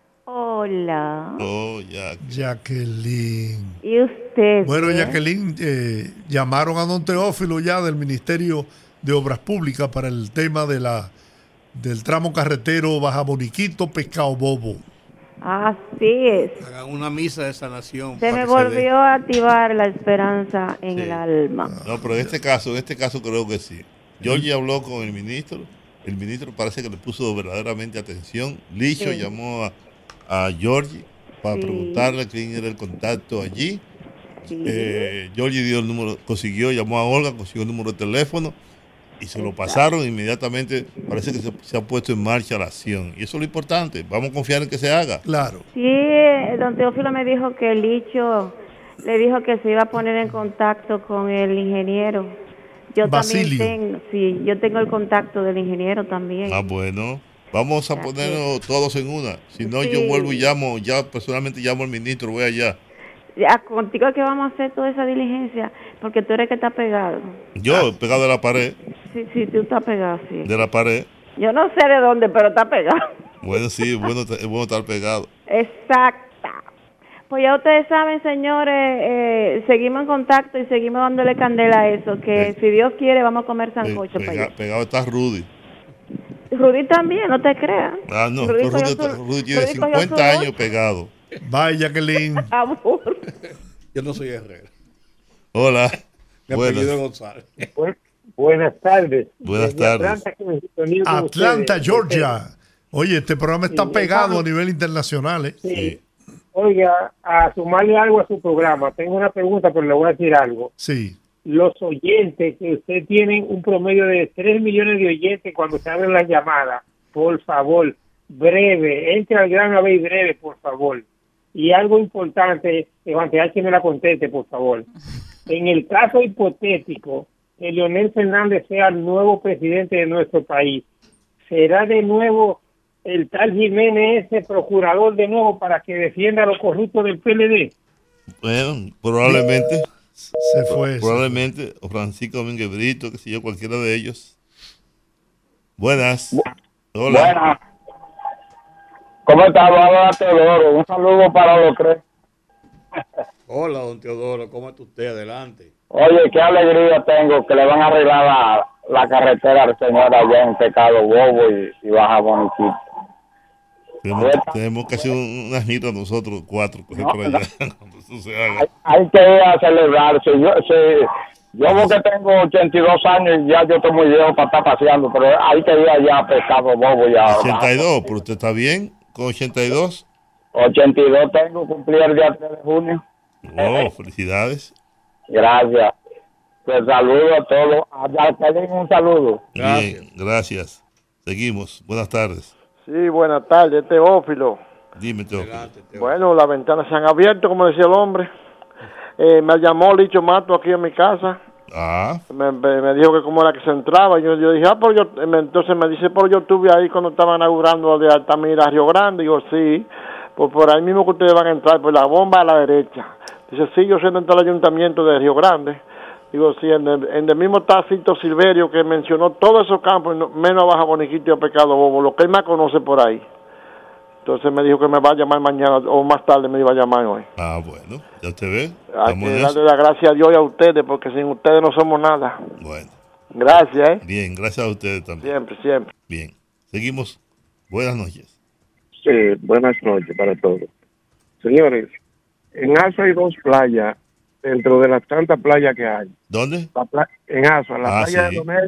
Hola. Oh, Jacqueline. ¿Y usted? Bueno, Jacqueline, llamaron a don Teófilo ya del Ministerio de Obras Públicas para el tema del tramo carretero Baja Boniquito, Pescado Bobo. Así es. Hagan una misa de sanación. Se me volvió a activar la esperanza en el alma. No, pero en este caso creo que sí. Georgie habló con el ministro parece que le puso verdaderamente atención. Licho llamó a Georgie para preguntarle quién era el contacto allí. Georgie dio el número, llamó a Olga, consiguió el número de teléfono y se lo pasaron inmediatamente. Parece que se ha puesto en marcha la acción y eso es lo importante. Vamos a confiar en que se haga. Claro. Sí, don Teófilo me dijo que Licho le dijo que se iba a poner en contacto con el ingeniero. Yo Basilio. también yo tengo el contacto del ingeniero también. Ah, bueno. Vamos a ponernos todos en una. Si no, yo vuelvo y llamo, ya personalmente llamo al ministro, voy allá. Ya, contigo es que vamos a hacer toda esa diligencia, porque tú eres que está pegado. Yo, pegado de la pared. Sí, tú estás pegado, sí. De la pared. Yo no sé de dónde, pero está pegado. Bueno, sí, es bueno estar pegado. Exacta. Pues ya ustedes saben, señores, seguimos en contacto y seguimos dándole candela a eso, que si Dios quiere vamos a comer sancocho para allá. Pegado está Rudy. Rudy también, no te creas. Ah, no, Rudy tiene 50 años pegado. Vaya, Jacqueline. Yo no soy Herrera. Hola. Mi apellido es González. Buenas tardes. Buenas tardes. Atlanta, Georgia. Oye, este programa está pegado a nivel internacional, ¿eh? Sí. Oiga, a sumarle algo a su programa. Tengo una pregunta, pero le voy a decir algo. Sí. Los oyentes, que usted tiene un promedio de 3 millones de oyentes cuando se abren las llamadas, por favor, breve, entre al grano a ver breve, por favor. Y algo importante, Juan que me la conteste, por favor. En el caso hipotético que Leonel Fernández sea el nuevo presidente de nuestro país, ¿será de nuevo el tal Jiménez ese procurador de nuevo para que defienda a los corruptos del PLD? Bueno, probablemente. Se fue. Probablemente. O Francisco Domínguez Brito, que sé yo, cualquiera de ellos. Buenas. Hola. Buenas. ¿Cómo está? Hola, Teodoro. Un saludo para los tres. Hola, don Teodoro. ¿Cómo está usted? Adelante. Oye, qué alegría tengo que le van a arreglar la carretera al señor allá en Pescado Bobo y Baja Boniquito. Tenemos que hacer una gira nosotros 4, coger por allá. Eso se haga. Hay que ir a celebrarse. Yo porque tengo 82 años y ya yo estoy muy viejo para estar paseando, pero hay que ir allá a Pescado Bobo y a 82, pero usted está bien con 82. 82 tengo, cumplí el día 3 de junio. Oh, felicidades. Gracias. Pues saludo a todos. A Jacqueline un saludo. Bien, gracias. Seguimos. Buenas tardes. Sí, buenas tardes, Teófilo. Dime, Teófilo. Bueno, las ventanas se han abierto, como decía el hombre. Me llamó Licho Mato aquí en mi casa. Me dijo que como era que se entraba. Yo dije, entonces me dice, pero yo estuve ahí cuando estaban inaugurando de Altamira a Río Grande. Digo, sí, pues por ahí mismo que ustedes van a entrar, por la bomba a la derecha. Dice, sí, yo sé dónde está el ayuntamiento de Río Grande. Digo, sí, en el mismo Tacito Silverio que mencionó todos esos campos, menos a Baja Boniquito y a Pescado Bobo, lo que él más conoce por ahí. Entonces me dijo que me va a llamar mañana o más tarde me iba a llamar hoy. Ah, bueno, ya usted ve. Hay que darle las gracias a Dios y a ustedes, porque sin ustedes no somos nada. Bueno. Gracias, ¿eh? Bien, gracias a ustedes también. Siempre, siempre. Bien. Seguimos. Buenas noches. Sí, buenas noches para todos. Señores, en Azua hay 2 playas dentro de las tantas playas que hay. ¿Dónde? En Azua, la playa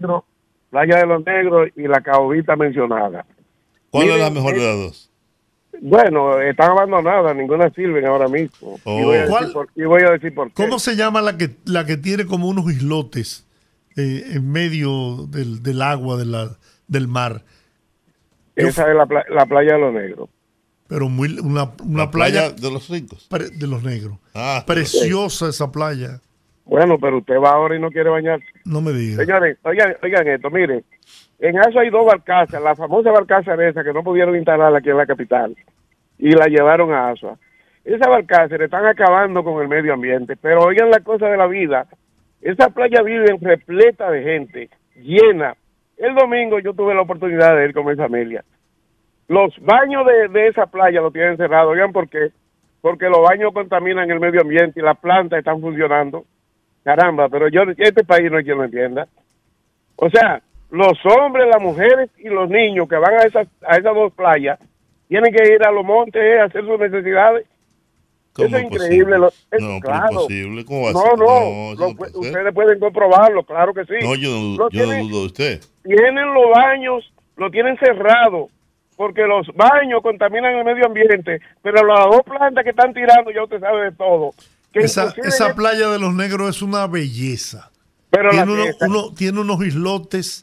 de los Negros y la Caobita mencionada. ¿Cuál es la mejor de las dos? Bueno, están abandonadas, ninguna sirven ahora mismo. Oh. Y voy a decir por qué. ¿Cómo se llama la que tiene como unos islotes en medio del agua del mar? Esa es la playa de los negros. Pero una playa de los ricos. De los negros. Preciosa esa playa. Bueno, pero usted va ahora y no quiere bañarse. No me diga. Señores, oigan esto, miren. En Asua hay 2 barcazas, la famosa barcaza esa que no pudieron instalarla aquí en la capital. Y la llevaron a Asua. Esa barcaza le están acabando con el medio ambiente. Pero oigan la cosa de la vida. Esa playa vive repleta de gente, llena. El domingo yo tuve la oportunidad de ir con mi familia. Los baños de esa playa los tienen cerrados. ¿Oigan por qué? Porque los baños contaminan el medio ambiente y las plantas están funcionando. Caramba, pero este país no hay quien lo entienda. O sea, los hombres, las mujeres y los niños que van a esas 2 playas tienen que ir a los montes a hacer sus necesidades. Eso es increíble. No, claro. pero imposible. ¿Cómo va a ser? No, ustedes pueden comprobarlo, claro que sí. No, yo no dudo de usted. Tienen los baños, lo tienen cerrado, porque los baños contaminan el medio ambiente, pero las 2 plantas que están tirando ya usted sabe de todo. Esa playa de los negros es una belleza. Pero tiene unos islotes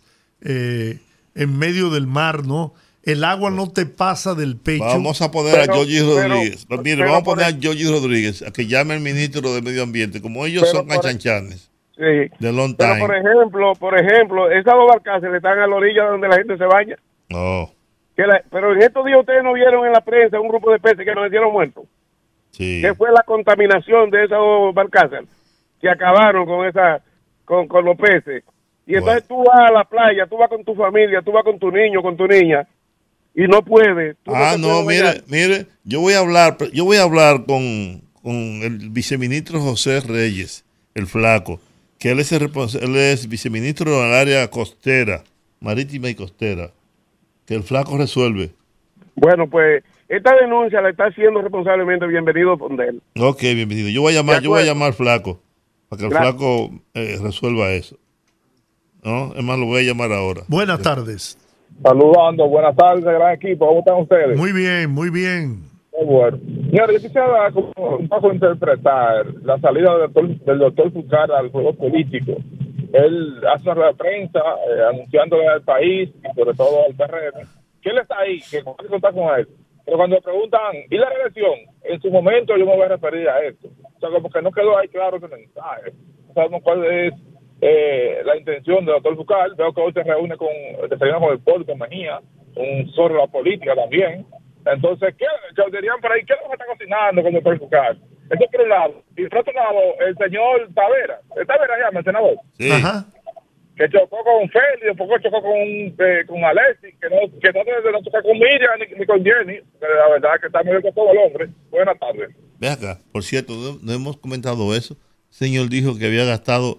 en medio del mar, ¿no? El agua no te pasa del pecho. Vamos a poner a Yogi Rodríguez. Mire, vamos a poner a Yogi Rodríguez a que llame al ministro de Medio Ambiente. Como ellos son canchanchanes. Sí. De long time. Pero por ejemplo, esas 2 barcazas le están a la orilla donde la gente se baña. No. Pero en estos días ustedes no vieron en la prensa un grupo de peces que nos metieron muertos. Sí. Que fue la contaminación de esas 2 barcazas que acabaron con los peces. Y entonces tú vas a la playa, tú vas con tu familia, tú vas con tu niño, con tu niña, y no puedes. Mire, yo voy a hablar con el viceministro José Reyes, el flaco, que él es viceministro del área costera, marítima y costera, que el flaco resuelve. Bueno, pues esta denuncia la está haciendo responsablemente Bienvenido Fondel. Ok, bienvenido. Yo voy a llamar al flaco para que el flaco resuelva eso. ¿No? Es más, lo voy a llamar ahora. Buenas tardes. Saludando, buenas tardes, gran equipo. ¿Cómo están ustedes? Muy bien, muy bien. Muy bueno. Señores, yo quisiera un poco interpretar la salida del doctor Fulcar al juego político. Él hace una rueda de prensa anunciándole al país y sobre todo al PRM que él está ahí, que hay que contar con él. Pero cuando preguntan, ¿y la reelección? En su momento yo me voy a referir a esto. O sea, como que no quedó ahí claro ese mensaje. No sabemos cuál es la intención del doctor Fulcar. Veo que hoy se reúne con el pueblo, con Mejía, sobre la política también. Entonces, ¿qué dirían por ahí? ¿Qué es lo que está cocinando con el doctor Fulcar? Eso por un lado. Y por otro lado, el señor Tavera. ¿Tavera llama, el senador? Sí. Ajá. Que chocó con Félix, después chocó con Alexis, que no chocó con Miriam ni con Jenny. La verdad que está muy bien con todo el hombre. Buenas tardes. Ve acá, por cierto, no hemos comentado eso. El señor dijo que había gastado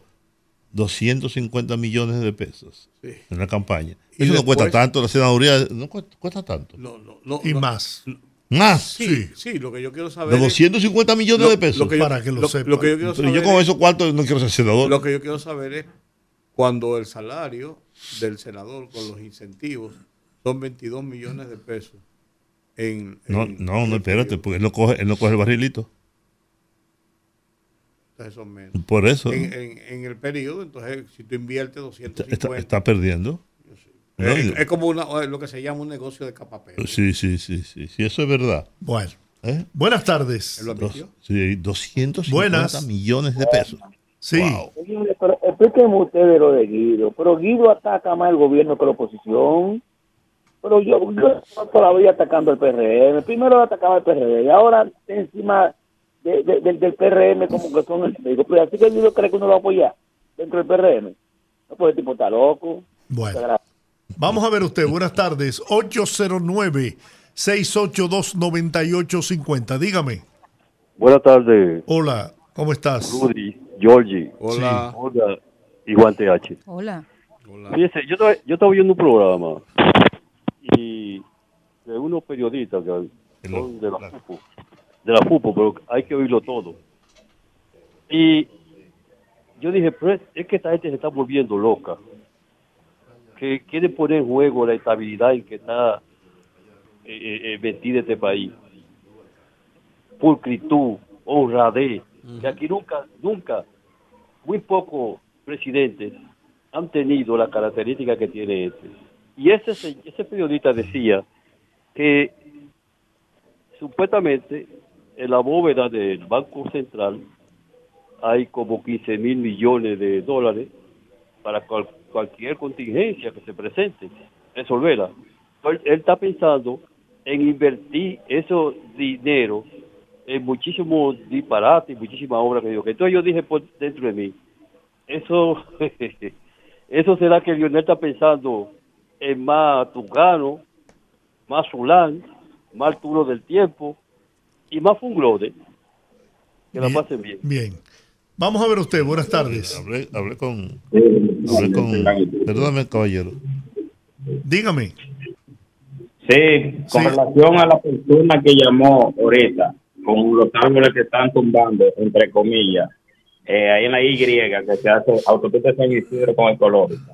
250 millones de pesos en la campaña. Eso no cuesta tanto, la senaduría no cuesta tanto. Más. ¿Más? Sí, lo que yo quiero saber de 250 millones de pesos. Para que lo sepa. Lo que yo quiero saber yo con esos cuartos no quiero ser senador. Lo que yo quiero saber es cuando el salario del senador con los incentivos son 22 millones de pesos. No, espérate, porque él no coge el barrilito. Entonces son menos. Por eso. En el periodo, entonces, si tú inviertes 250... Está perdiendo. Es como lo que se llama un negocio de capapel. Sí, eso es verdad. Bueno. Buenas tardes. ¿Él lo admitió? Sí, 250 millones de pesos. Sí. Wow. Pero explíquenme ustedes lo de Guido. Pero Guido ataca más el gobierno que la oposición. Pero yo todavía atacando al PRM. Primero atacaba al PRD y ahora encima del PRM como que son enemigos. Pero así que Guido cree que uno lo va a apoyar dentro del PRM. No puede, tipo, está loco. Bueno. Vamos a ver usted. Buenas tardes. 809-682-9850. Dígame. Buenas tardes. Hola. ¿Cómo estás? Rudy, Georgie. Hola. Sí. Hola. Y Juan TH. Hola. Fíjese, yo estaba viendo un programa y de unos periodistas que son de la FUPO, pero hay que oírlo todo. Y yo dije, pues, es que esta gente se está volviendo loca, que quiere poner en juego la estabilidad en que está metida este país. Pulcritud, honradez, que aquí nunca, muy pocos presidentes han tenido la característica que tiene este. Y ese periodista decía que supuestamente en la bóveda del Banco Central hay como 15,000 millones de dólares para cualquier contingencia que se presente, resolverla. Él está pensando en invertir esos dineros en muchísimos disparates, muchísimas obras que digo. Entonces yo dije por dentro de mí, eso será que Lionel está pensando en más Tucano, más Zulán, más Arturo del Tiempo y más Funglode. Que la pasen bien. Bien. Vamos a ver usted, buenas tardes. Hablé con perdóname, caballero. Dígame. Sí, con relación a la persona que llamó ahorita, con los árboles que están tumbando, entre comillas, ahí en la Y, que se hace autopista San Isidro con Ecológica.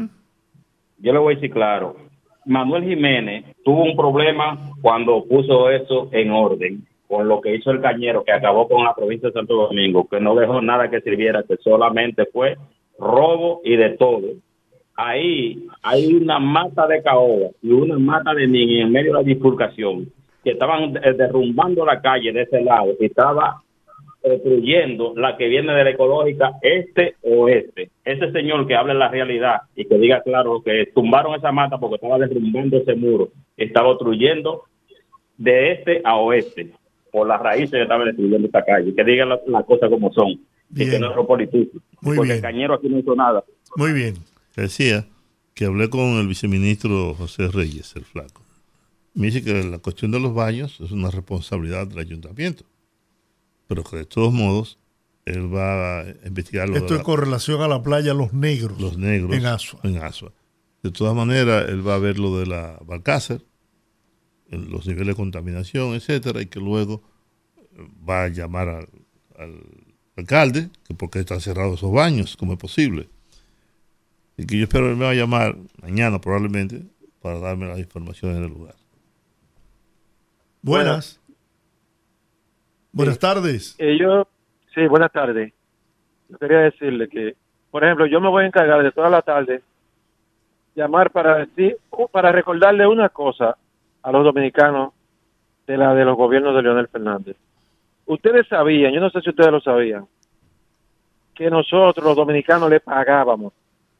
Yo le voy a decir claro, Manuel Jiménez tuvo un problema cuando puso eso en orden, con lo que hizo el Cañero, que acabó con la provincia de Santo Domingo, que no dejó nada que sirviera, que solamente fue robo y de todo. Ahí hay una mata de caoba y una mata de niños en medio de la bifurcación, que estaban derrumbando la calle de ese lado y estaba destruyendo la que viene de la Ecológica este-oeste. Ese señor que hable la realidad y que diga claro que tumbaron esa mata porque estaba derrumbando ese muro, estaba destruyendo de este a oeste por las raíces que estaban destruyendo esta calle. Que digan las cosas como son. Bien. Y que no es politicismo. Muy porque bien. el Cañero aquí no hizo nada. Muy bien. Decía que hablé con el viceministro José Reyes, el flaco. Me dice que la cuestión de los baños es una responsabilidad del ayuntamiento, pero que de todos modos él va a investigar Esto es con relación a la playa Los Negros. Los Negros en Asua. En Asua. De todas maneras, él va a ver lo de la Balcácer, los niveles de contaminación, etcétera, y que luego va a llamar al alcalde, que porque están cerrados esos baños, como es posible. Y que yo espero que él me va a llamar mañana probablemente para darme las informaciones del lugar. Buenas. Buenas tardes. Sí, buenas tardes. Yo quería decirle que, por ejemplo, yo me voy a encargar de toda la tarde llamar para recordarle una cosa a los dominicanos de los gobiernos de Leonel Fernández. Ustedes sabían, yo no sé si ustedes lo sabían, que nosotros los dominicanos le pagábamos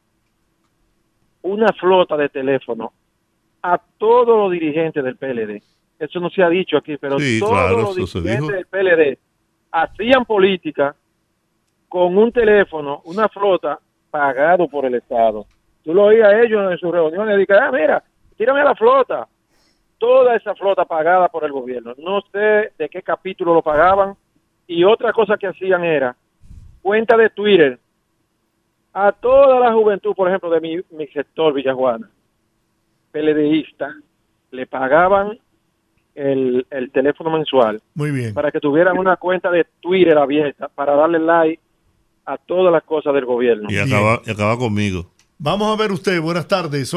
una flota de teléfono a todos los dirigentes del PLD. Eso no se ha dicho aquí, pero sí, todos claro, los dirigentes del PLD hacían política con un teléfono, una flota pagado por el Estado. Tú lo oías a ellos en sus reuniones y dices, mira, tírame la flota. Toda esa flota pagada por el gobierno. No sé de qué capítulo lo pagaban. Y otra cosa que hacían era cuenta de Twitter a toda la juventud, por ejemplo, de mi sector, Villajuana, PLDista, le pagaban el teléfono mensual. Muy bien. Para que tuvieran una cuenta de Twitter abierta, para darle like a todas las cosas del gobierno. Y acaba conmigo. Vamos a ver usted, buenas tardes,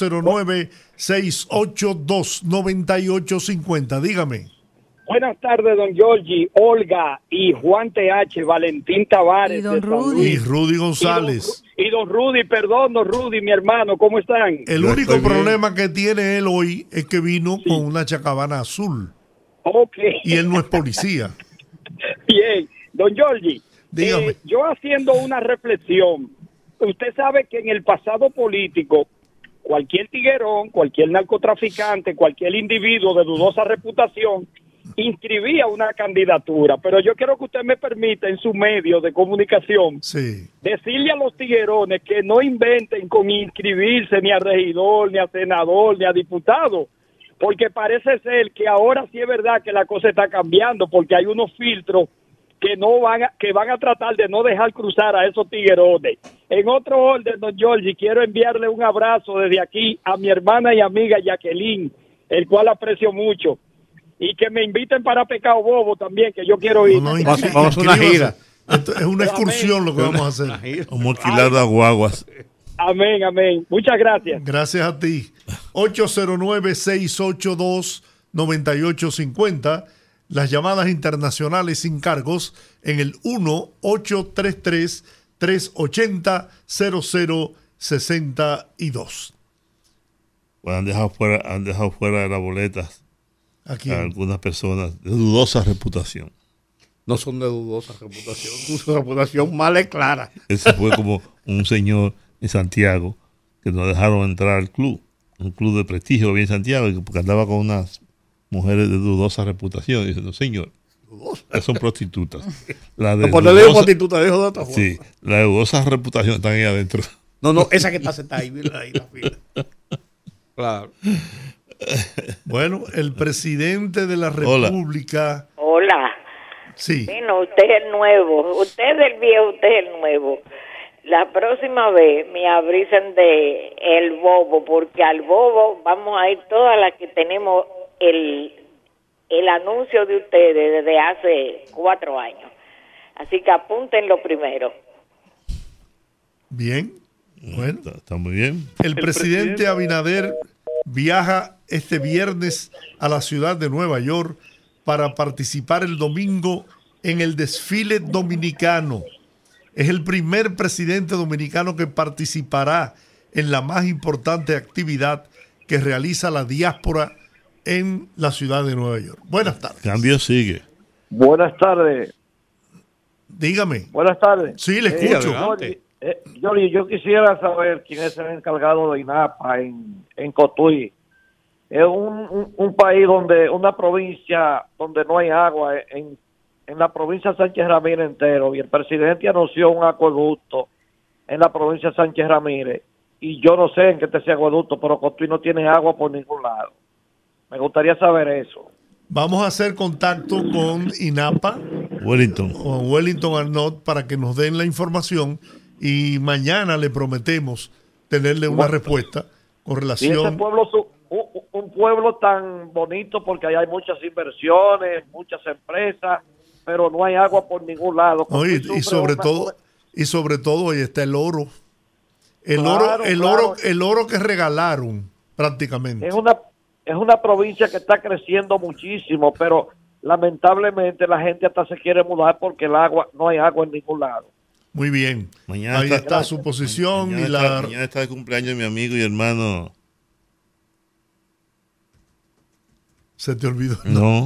809-682-9850, dígame. Buenas tardes, don Giorgi, Olga y Juan TH, Valentín Tavares. Y don Rudy. Y Rudy González. Y don Rudy, perdón, don Rudy, mi hermano, ¿cómo están? El único problema que tiene él hoy es que vino con una chacabana azul. Ok. Y él no es policía. Bien, don Giorgi, dígame. Yo haciendo una reflexión, usted sabe que en el pasado político, cualquier tiguerón, cualquier narcotraficante, cualquier individuo de dudosa reputación, inscribía una candidatura, pero yo quiero que usted me permita en su medio de comunicación decirle a los tiguerones que no inventen con inscribirse ni a regidor, ni a senador, ni a diputado, porque parece ser que ahora sí es verdad que la cosa está cambiando, porque hay unos filtros que van a tratar de no dejar cruzar a esos tiguerones. En otro orden, don Giorgi, quiero enviarle un abrazo desde aquí a mi hermana y amiga Jacqueline, el cual aprecio mucho. Y que me inviten para Pecado Bobo también, que yo quiero ir. Vamos a una gira. Esto es una excursión lo que vamos a hacer. Vamos a alquilar las guaguas. Amén, amén. Muchas gracias. Gracias a ti. 809-682-9850. Las llamadas internacionales sin cargos en el 1-833-380-0062. pues han dejado fuera de las boletas ¿A algunas personas de dudosa reputación. No son de dudosa reputación, su reputación mala y clara. Ese fue como un señor en Santiago que no dejaron entrar al club, un club de prestigio que había en Santiago, porque andaba con unas mujeres de dudosa reputación. Y dice, no señor, son prostitutas. La de no le digo prostituta, dijo de otra forma. Sí, la de dudosa reputación están ahí adentro. No, esa que está sentada ahí, mira ahí la fila. Claro. Bueno, el presidente de la República. Hola. Sí. Bueno, usted es el nuevo. Usted es el viejo, usted es el nuevo. La próxima vez me abrisen de el bobo, porque al bobo vamos a ir todas las que tenemos el anuncio de ustedes desde hace 4 años. Así que apúntenlo primero. Bien. Bueno. Está muy bien. El presidente Abinader viaja este viernes a la ciudad de Nueva York para participar el domingo en el desfile dominicano. Es el primer presidente dominicano que participará en la más importante actividad que realiza la diáspora en la ciudad de Nueva York. Buenas tardes. Cambio sigue. Buenas tardes. Dígame. Buenas tardes. Sí, le escucho. Yoli, yo quisiera saber quién es el encargado de INAPA en Cotuí. Es un país una provincia donde no hay agua, en la provincia Sánchez Ramírez entero, y el presidente anunció un acueducto en la provincia Sánchez Ramírez, y yo no sé en qué está ese acueducto, pero Cotuí no tiene agua por ningún lado. Me gustaría saber eso. Vamos a hacer contacto con INAPA, Wellington Arnott, para que nos den la información, y mañana le prometemos tenerle una respuesta con relación. Y ese pueblo, un pueblo tan bonito, porque allá hay muchas inversiones, muchas empresas, pero no hay agua por ningún lado. Y sobre todo ahí está el oro. El oro que regalaron prácticamente. Es una provincia que está creciendo muchísimo, pero lamentablemente la gente hasta se quiere mudar porque no hay agua en ningún lado. Muy bien. Ahí está su posición. Mañana está de cumpleaños mi amigo y hermano. ¿Se te olvidó? No,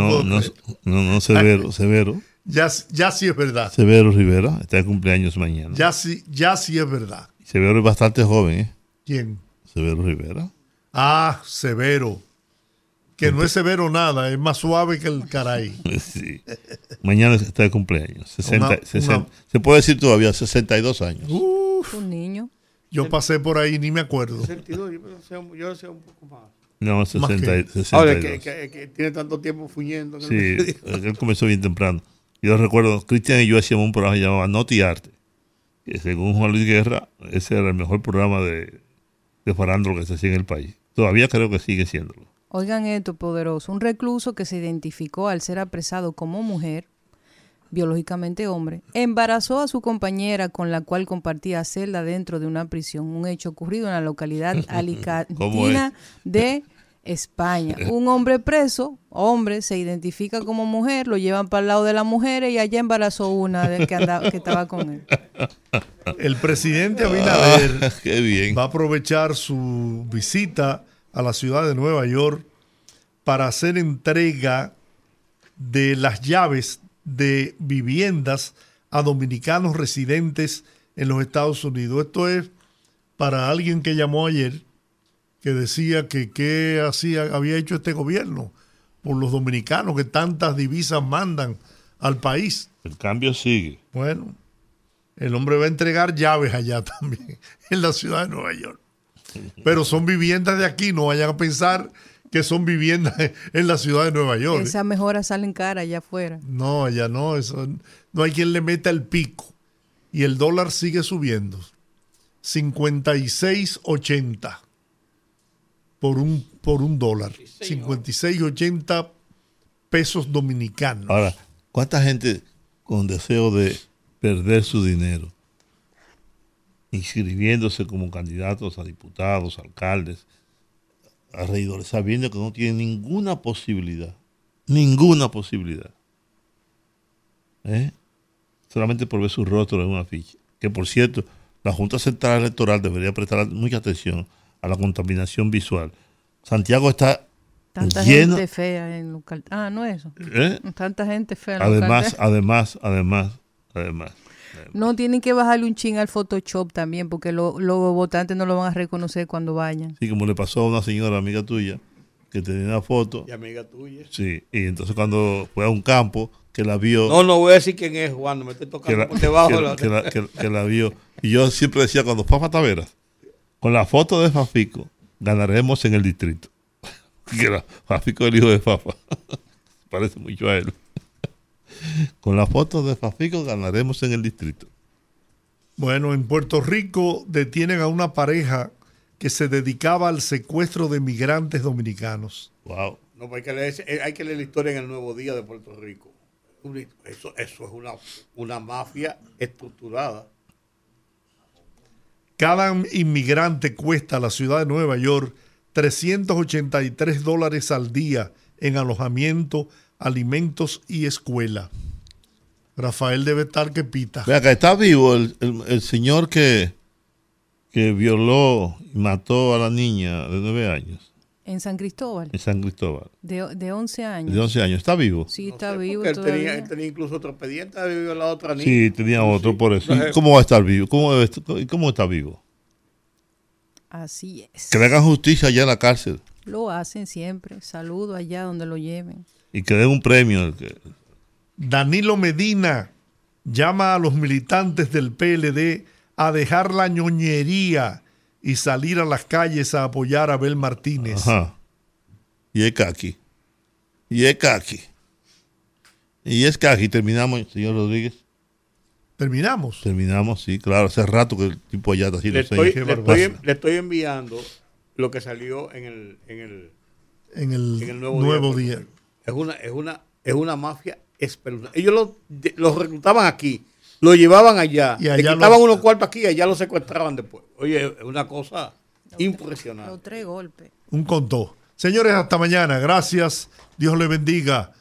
Severo. Ya sí es verdad. Severo Rivera está de cumpleaños mañana. Ya sí es verdad. Severo es bastante joven, ¿eh? ¿Quién? Severo Rivera. Ah, Severo. Que no es severo nada, es más suave que el caray. Sí. Mañana está de cumpleaños. 60, se puede decir todavía 62 años. Un niño. Yo pasé por ahí, ni me acuerdo. 62, yo decía un poco más. No, 62. Ahora que tiene tanto tiempo fuñendo. Sí, él comenzó bien temprano. Yo recuerdo, Cristian y yo hacíamos un programa llamado Noti Arte, que según Juan Luis Guerra, ese era el mejor programa de farándula que se hacía en el país. Todavía creo que sigue siéndolo. Oigan esto, poderoso. Un recluso que se identificó al ser apresado como mujer, biológicamente hombre, embarazó a su compañera con la cual compartía celda dentro de una prisión. Un hecho ocurrido en la localidad alicantina de España. Un hombre preso, se identifica como mujer, lo llevan para el lado de las mujeres y allá embarazó una que estaba con él. El presidente Abinader qué bien. Va a aprovechar su visita a la ciudad de Nueva York para hacer entrega de las llaves de viviendas a dominicanos residentes en los Estados Unidos. Esto es para alguien que llamó ayer, que decía que qué había hecho este gobierno por los dominicanos que tantas divisas mandan al país. El cambio sigue. Bueno, el hombre va a entregar llaves allá también, en la ciudad de Nueva York. Pero son viviendas de aquí, no vayan a pensar que son viviendas en la ciudad de Nueva York. Esas mejoras salen caras allá afuera. No, allá no, eso, no hay quien le meta el pico. Y el dólar sigue subiendo. 56.80 por un dólar. 56.80 pesos dominicanos. Ahora, ¿cuánta gente con deseo de perder su dinero, inscribiéndose como candidatos a diputados, alcaldes, a regidores, sabiendo que no tienen ninguna posibilidad? Solamente por ver su rostro en una ficha. Que por cierto, la Junta Central Electoral debería prestar mucha atención a la contaminación visual. Santiago está tanta lleno. Gente fea en local. No eso. Tanta gente fea en Además. No, tienen que bajarle un chin al Photoshop también, porque los votantes no lo van a reconocer cuando vayan. Sí, como le pasó a una señora amiga tuya, que tenía una foto. ¿Y amiga tuya? Sí, y entonces cuando fue a un campo, que la vio. No voy a decir quién es, Juan, no me estoy tocando por debajo. Que la vio. Y yo siempre decía, cuando Fafa Taveras, con la foto de Fafico, ganaremos en el distrito. Que Fafico es el hijo de Fafa. Parece mucho a él. Con la foto de Fafico ganaremos en el distrito. Bueno, en Puerto Rico detienen a una pareja que se dedicaba al secuestro de migrantes dominicanos. Wow. No, hay que leer la historia en el Nuevo Día de Puerto Rico. Eso es una mafia estructurada. Cada inmigrante cuesta a la ciudad de Nueva York $383 al día en alojamiento, alimentos y escuela. Rafael debe estar que pita. Vea que está vivo el señor que violó y mató a la niña de 9 años. En San Cristóbal. En San Cristóbal. De 11 años. De 11 años. ¿Está vivo? Sí, está vivo. Él tenía incluso otro expediente, había violado a otra niña. Sí, tenía otro por eso. ¿Cómo va a estar vivo? ¿Cómo está vivo? Así es. Que le hagan justicia allá en la cárcel. Lo hacen siempre. Saludo allá donde lo lleven. Y que den un premio. Danilo Medina llama a los militantes del PLD a dejar la ñoñería y salir a las calles a apoyar a Abel Martínez. Ajá. Y es caqui. Terminamos, señor Rodríguez. ¿Terminamos? Terminamos, sí, claro. Hace rato que el tipo allá está haciendo le estoy enviando lo que salió en el nuevo día. Es una mafia espeluznante. Ellos los reclutaban aquí, lo llevaban allá, le quitaban unos cuartos aquí y allá lo secuestraban después. Oye, es una cosa impresionante. Los 3 golpes. Un contó. Señores, hasta mañana. Gracias. Dios les bendiga.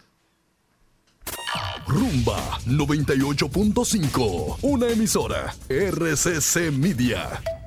Rumba 98.5, una emisora RCC Media.